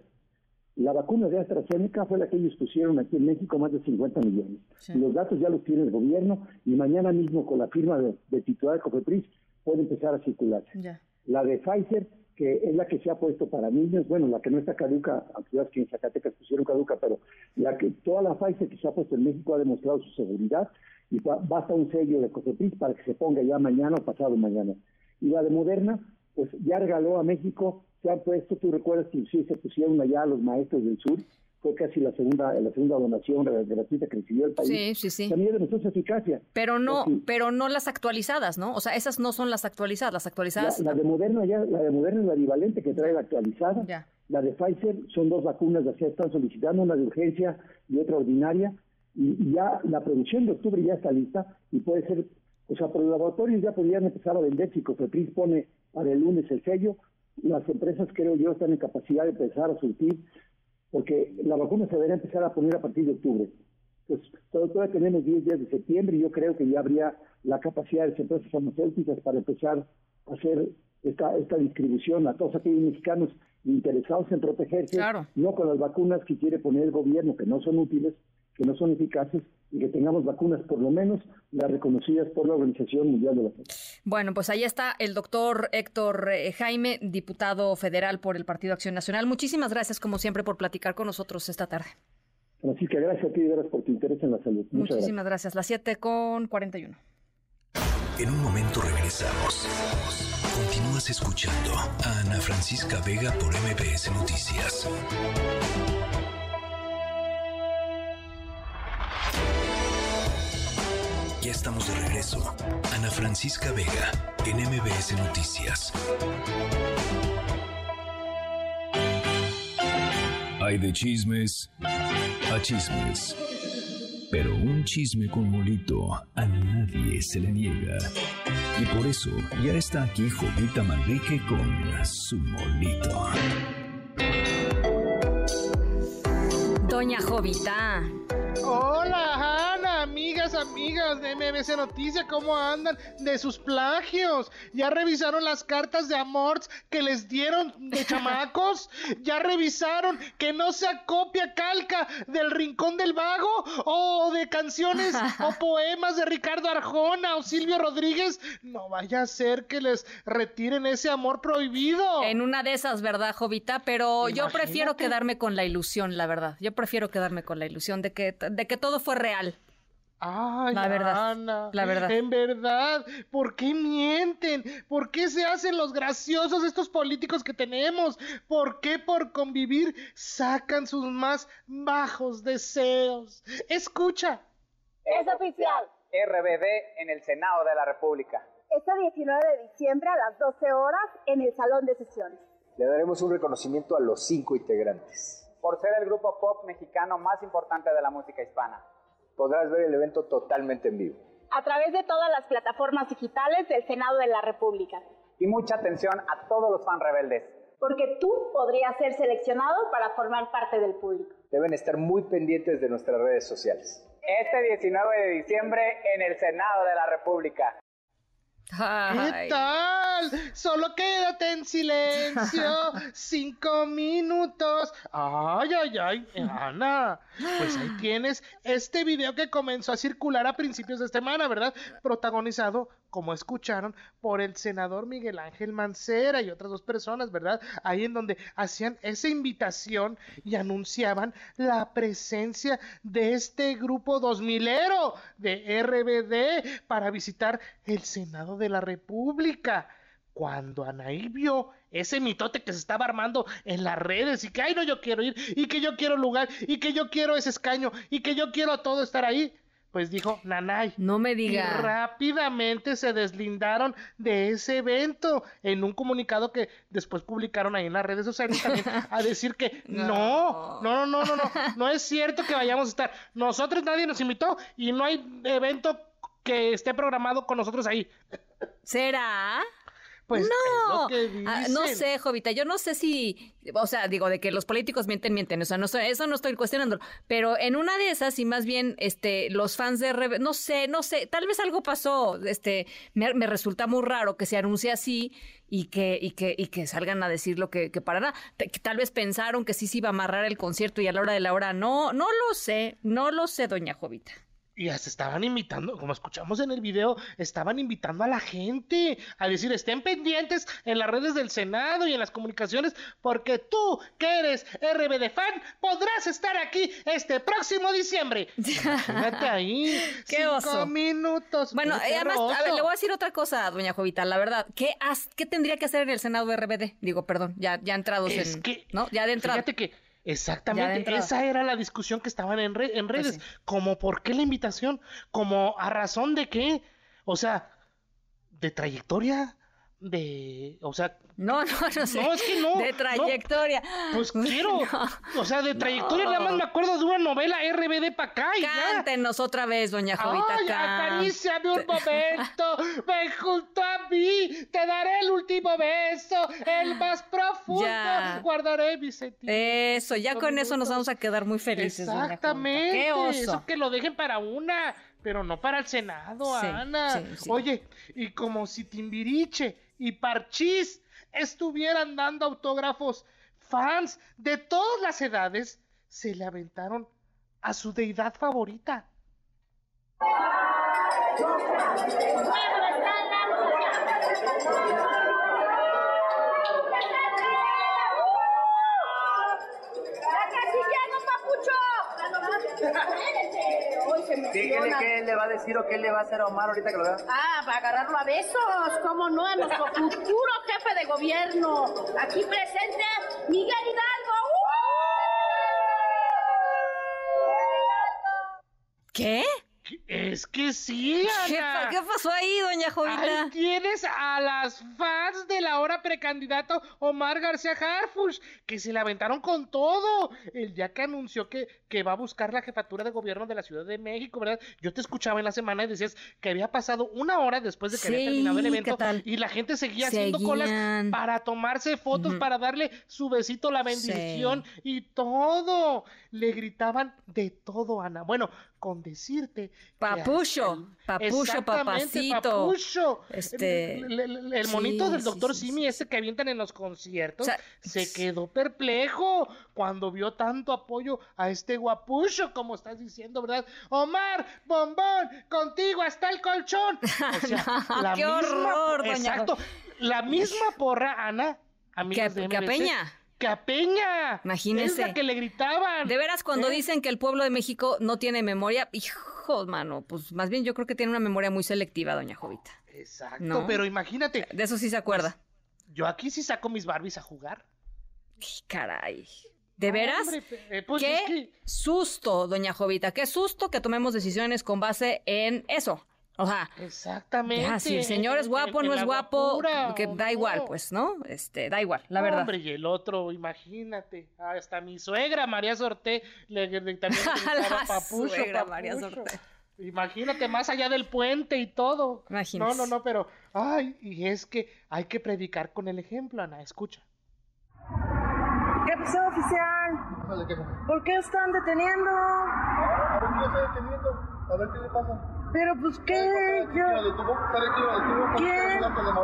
La vacuna de AstraZeneca fue la que ellos pusieron aquí en México, más de cincuenta millones. Sí. Los datos ya los tiene el gobierno y mañana mismo con la firma de, de titular de COFEPRIS puede empezar a circular. Ya. La de Pfizer, que es la que se ha puesto para niños, bueno, la que no está caduca, aunque que en Zacatecas pusieron caduca, pero la que toda la Pfizer que se ha puesto en México ha demostrado su seguridad y basta un sello de COFEPRIS para que se ponga ya mañana o pasado mañana. Y la de Moderna, pues ya regaló a México, se han puesto, tú recuerdas que sí se pusieron allá los maestros del sur, fue casi la segunda la segunda donación gratuita que recibió el país. Sí, sí, sí. También demostró su eficacia. Pero no, sí. pero no las actualizadas, ¿no? O sea, esas no son las actualizadas, las actualizadas. La, la de Moderna ya, la de Moderna es la bivalente que trae la actualizada. Ya. La de Pfizer son dos vacunas que se están solicitando, una de urgencia y otra ordinaria, y, y ya la producción de octubre ya está lista y puede ser, o sea, por los laboratorios ya podrían empezar a vender si COFEPRIS pone para el lunes el sello. Las empresas, creo yo, están en capacidad de empezar a surtir, porque la vacuna se debería empezar a poner a partir de octubre. Entonces, todavía tenemos diez días de septiembre y yo creo que ya habría la capacidad de las empresas farmacéuticas para empezar a hacer esta esta distribución a todos aquellos mexicanos interesados en protegerse, claro. No con las vacunas que quiere poner el gobierno, que no son útiles, que no son eficaces, y que tengamos vacunas por lo menos las reconocidas por la Organización Mundial de la Salud. Bueno, pues ahí está el doctor Héctor Jaime, diputado federal por el Partido Acción Nacional. Muchísimas gracias, como siempre, por platicar con nosotros esta tarde. Así que gracias a ti, gracias por tu interés en la salud. Muchas Muchísimas gracias. gracias. Las siete con cuarenta y uno. En un momento regresamos. Continúas escuchando a Ana Francisca Vega por M B S Noticias. Ya estamos de regreso. Ana Francisca Vega, en M B S Noticias. Hay de chismes a chismes. Pero un chisme con molito a nadie se le niega. Y por eso ya está aquí Jovita Manrique con su molito. Doña Jovita. Hola, Ana, amigas, amigas de M B S Noticias, ¿cómo andan de sus plagios? ¿Ya revisaron las cartas de amor que les dieron de chamacos? ¿Ya revisaron que no se acopia calca del Rincón del Vago? ¿O de canciones o poemas de Ricardo Arjona o Silvio Rodríguez? No vaya a ser que les retiren ese amor prohibido. En una de esas, ¿verdad, Jovita? Pero Imagínate. Yo prefiero quedarme con la ilusión, la verdad. Yo prefiero quedarme con la ilusión de que, de que todo fue real. Ay, la verdad, Ana, la verdad. En verdad, ¿por qué mienten? ¿Por qué se hacen los graciosos estos políticos que tenemos? ¿Por qué por convivir sacan sus más bajos deseos? Escucha. Es oficial. R B D en el Senado de la República. Este diecinueve de diciembre a las doce horas en el Salón de Sesiones. Le daremos un reconocimiento a los cinco integrantes. Por ser el grupo pop mexicano más importante de la música hispana. Podrás ver el evento totalmente en vivo. A través de todas las plataformas digitales del Senado de la República. Y mucha atención a todos los fan rebeldes. Porque tú podrías ser seleccionado para formar parte del público. Deben estar muy pendientes de nuestras redes sociales. Este diecinueve de diciembre en el Senado de la República. Ay. ¿Qué tal? Solo quédate en silencio cinco minutos. Ay, ay, ay, Ana. Pues ahí tienes este video que comenzó a circular a principios de semana, ¿verdad? Protagonizado, como escucharon, por el senador Miguel Ángel Mancera y otras dos personas, ¿verdad? Ahí en donde hacían esa invitación y anunciaban la presencia de este grupo dos milero de R B D para visitar el Senado de la República. Cuando Anaí vio ese mitote que se estaba armando en las redes y que, ay, no, yo quiero ir, y que yo quiero lugar, y que yo quiero ese escaño, y que yo quiero a todo estar ahí, pues dijo, nanay. No me diga. Y rápidamente se deslindaron de ese evento en un comunicado que después publicaron ahí en las redes sociales también a decir que no, no, no, no, no, no, no es cierto que vayamos a estar. Nosotros nadie nos invitó y no hay evento que esté programado con nosotros ahí. ¿Será? Pues no, es lo que ah, no sé, Jovita, yo no sé si, o sea, digo, de que los políticos mienten, mienten, o sea, no sé, eso no estoy cuestionándolo, pero en una de esas, y más bien, este, los fans de R B D, no sé, no sé, tal vez algo pasó, este, me, me resulta muy raro que se anuncie así y que, y que, y que salgan a decir lo que, que parará, tal vez pensaron que sí se iba a amarrar el concierto y a la hora de la hora, no, no lo sé, no lo sé, doña Jovita. Y hasta estaban invitando, como escuchamos en el video, estaban invitando a la gente a decir, estén pendientes en las redes del Senado y en las comunicaciones, porque tú, que eres R B D fan, podrás estar aquí este próximo diciembre. Imagínate ahí. ¡Qué cinco oso! minutos. Bueno, ¡Qué además, oso! a ver, le voy a decir otra cosa, doña Jovita, la verdad, ¿qué, has, qué tendría que hacer en el Senado de R B D? Digo, perdón, ya, ya entrados es en... que, ¿no? Ya de entrada. Fíjate que exactamente, esa era la discusión que estaban en, re en redes, pues sí. Como ¿por qué la invitación? Como ¿a razón de qué? O sea, de trayectoria, de, o sea, no, no, no sé. No, es que no. De trayectoria. No, pues quiero. No, o sea, de trayectoria no. Nada más me acuerdo de una novela R B D para acá y Cántenos ya. otra vez, doña Jovita. Ay, acaríciame un momento. Ven junto a mí. Te daré el último beso. El más profundo. Ya. Guardaré mi sentimiento. Eso, ya con eso nos vamos a quedar muy felices. Exactamente. Qué oso. Eso que lo dejen para una, pero no para el Senado, sí, Ana. Sí, sí. Oye, y como si Timbiriche y Parchís estuvieran dando autógrafos, fans de todas las edades se le aventaron a su deidad favorita. Dígale qué le va a decir o qué le va a hacer a Omar ahorita que lo vea. Ah, para agarrarlo a besos, cómo no, a nuestro futuro jefe de gobierno. Aquí presente, Miguel Hidalgo. ¿Qué? Es que sí, Ana. ¿Qué, ¿Qué pasó ahí, doña Jovita? Ahí tienes a las fans del ahora precandidato Omar García Harfuch, que se le aventaron con todo. El día que anunció que, que va a buscar la jefatura de gobierno de la Ciudad de México, ¿verdad? Yo te escuchaba en la semana y decías que había pasado una hora después de que sí, había terminado el evento y la gente seguía Seguían. haciendo colas para tomarse fotos, uh-huh. para darle su besito, la bendición sí. y todo. Le gritaban de todo, Ana. Bueno, con decirte papucho, papucho, papacito, papucho. Este, el, el, el monito sí, del doctor sí, Simi, sí, ese que avientan en los conciertos, o sea, se quedó perplejo cuando vio tanto apoyo a este guapucho, como estás diciendo, ¿verdad? Omar, bombón, contigo hasta el colchón. O sea, no, la qué misma, horror, doña. Exacto, la misma porra, Ana, amigos de M B C, Peña. Que a Peña. Imagínense. Es la que le gritaban. De veras, cuando ¿Eh? dicen que el pueblo de México no tiene memoria, hijo, mano, pues más bien yo creo que tiene una memoria muy selectiva, doña Jovita. Exacto, ¿no? Pero imagínate. De eso sí se acuerda. Pues, yo aquí sí saco mis Barbies a jugar. Caray. ¿De veras? Hombre, eh, pues qué es que... susto, doña Jovita, qué susto que tomemos decisiones con base en eso. O sea, exactamente. Ya, si el señor es guapo, en, en no es guapo, guapura, que da no. igual, pues, ¿no? Este, da igual, la verdad. Hombre, y el otro, imagínate, hasta mi suegra, María Sorté, le, le también la papucho, suegra, papucho. María Sorté. Imagínate, más allá del puente y todo. Imagínate. No, no, no, pero, ay, y es que hay que predicar con el ejemplo, Ana, escucha. ¿Qué pasó, oficial? ¿Por qué están deteniendo? A ver, ¿qué está deteniendo? A ver, ¿qué le pasa? Pero pues qué, yo... ¿Quién?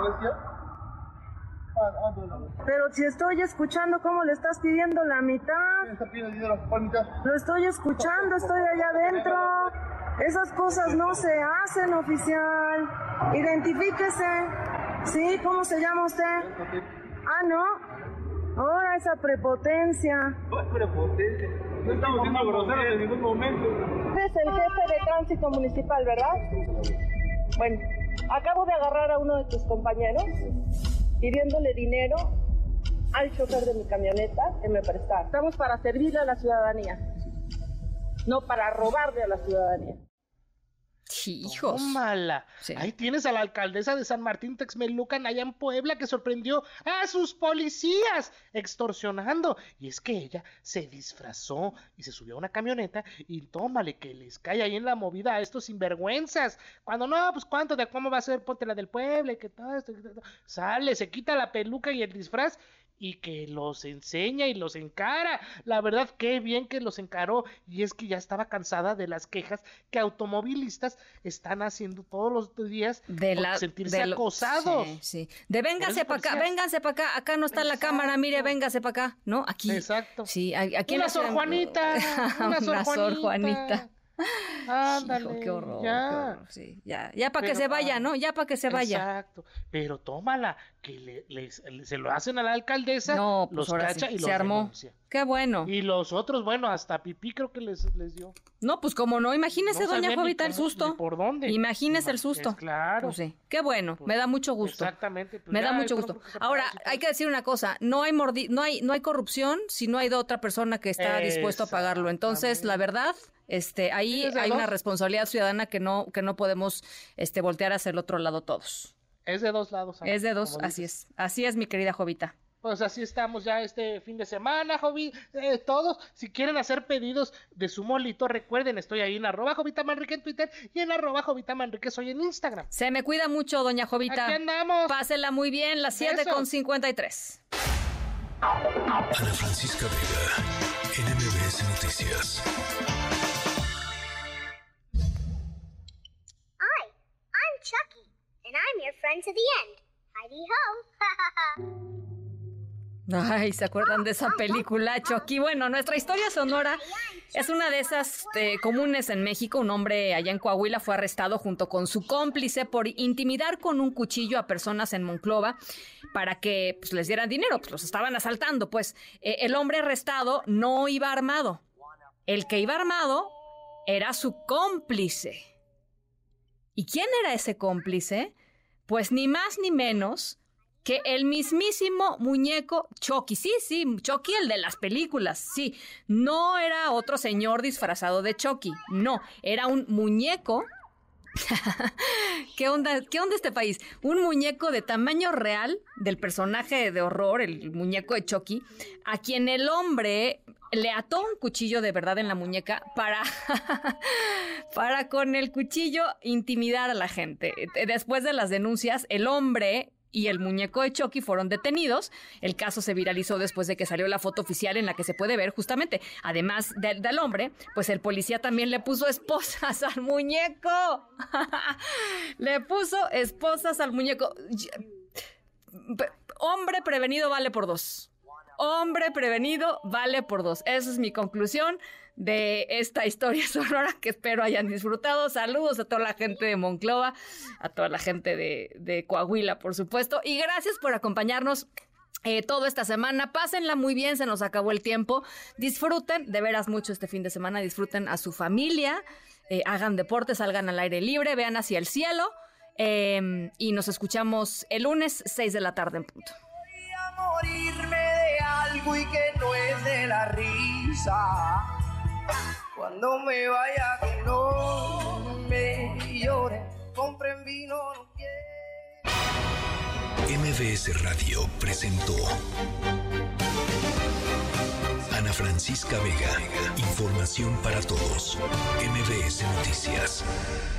Pero si estoy escuchando cómo le estás pidiendo la mitad. ¿Quién está pidiendo dinero? ¿Cuál mitad? Lo estoy escuchando, estoy allá adentro. Esas cosas no se hacen, oficial. Identifíquese. ¿Sí? ¿Cómo se llama usted? Ah, ¿no? Ahora esa prepotencia. No es prepotencia. No estamos siendo groseros en ningún momento. Es el jefe de tránsito municipal, ¿verdad? Bueno, acabo de agarrar a uno de tus compañeros pidiéndole dinero al chofer de mi camioneta que me prestara. Estamos para servirle a la ciudadanía, no para robarle a la ciudadanía. Hijos. Tómala. Sí. Ahí tienes a la alcaldesa de San Martín Texmelucan, allá en Puebla, que sorprendió a sus policías extorsionando. Y es que ella se disfrazó y se subió a una camioneta y tómale que les cae ahí en la movida a estos sinvergüenzas. Cuando no, pues cuánto de cómo va a ser, ponte la del Puebla y que todo esto. Que todo. Sale, se quita la peluca y el disfraz y que los enseña y los encara. La verdad, qué bien que los encaró. Y es que ya estaba cansada de las quejas que automovilistas están haciendo todos los días de la, por sentirse de lo, acosados. Sí, sí. De véngase para acá, vénganse para acá. Acá no está Exacto. la cámara, mire, véngase para acá. ¿No? Aquí. Exacto. Sí, aquí una en Sor Juanita. Una Sor Juanita. Sor Juanita. Ándale, Hijo, qué horror, ya. qué horror, sí, ya, ya para que se vaya, ¿no? Ya para que se vaya. Exacto, pero tómala, que le, les, le, se lo hacen a la alcaldesa, no, pues los cacha sí, y se los armó. denuncia. Qué bueno. Y los otros, bueno, hasta pipí creo que les, les dio. No, pues como no, imagínese, no doña Jovita, el susto. ¿Por dónde? Imagínese el susto. Es claro. Pues sí, qué bueno, pues, me da mucho gusto. Exactamente. Pues me ya, da mucho gusto. Ahora, hay que decir una cosa, no hay mordi no hay no hay corrupción si no hay de otra persona que está dispuesto a pagarlo. Entonces, la verdad, este, ahí hay una responsabilidad ciudadana que no que no podemos este voltear hacia el otro lado todos. Es de dos lados. Es de dos, así es. Así es, mi querida Jovita. Pues así estamos ya este fin de semana, Jovi, eh, todos, si quieren hacer pedidos de su molito, recuerden, estoy ahí en arroba Jovita Manrique en Twitter y en arroba Jovita Manrique soy en Instagram. Se me cuida mucho, doña Jovita. Aquí andamos. Pásela muy bien, las siete con cincuenta y tres. Ana Francisca Vega, N M B S Noticias. Hi, I'm Chucky, and I'm your friend to the end. Heidi ho. Ay, ¿se acuerdan de esa película, Chucky? Bueno, nuestra historia sonora es una de esas eh, comunes en México. Un hombre allá en Coahuila fue arrestado junto con su cómplice por intimidar con un cuchillo a personas en Monclova para que pues, les dieran dinero. Pues los estaban asaltando. Pues eh, el hombre arrestado no iba armado. El que iba armado era su cómplice. ¿Y quién era ese cómplice? Pues ni más ni menos que el mismísimo muñeco Chucky. Sí, sí, Chucky, el de las películas, sí. No era otro señor disfrazado de Chucky, no. Era un muñeco. ¿Qué onda, qué onda este país? Un muñeco de tamaño real del personaje de horror, el muñeco de Chucky, a quien el hombre le ató un cuchillo de verdad en la muñeca para, para con el cuchillo intimidar a la gente. Después de las denuncias, el hombre y el muñeco de Chucky fueron detenidos. El caso se viralizó después de que salió la foto oficial en la que se puede ver justamente, además de, del hombre, pues el policía también le puso esposas al muñeco. Le puso esposas al muñeco. Hombre prevenido vale por dos. Hombre prevenido vale por dos. Esa es mi conclusión de esta historia sonora que espero hayan disfrutado. Saludos a toda la gente de Monclova, a toda la gente de, de Coahuila, por supuesto. Y gracias por acompañarnos eh, toda esta semana. Pásenla muy bien, se nos acabó el tiempo. Disfruten de veras mucho este fin de semana. Disfruten a su familia, eh, hagan deporte, salgan al aire libre, vean hacia el cielo. Eh, y nos escuchamos el lunes, seis de la tarde en punto. Voy a morirme de algo y que no es de la risa. Cuando me vaya que no me llore, compren vino, no quiero. M V S Radio presentó Ana Francisca Vega. Información para todos. M V S Noticias.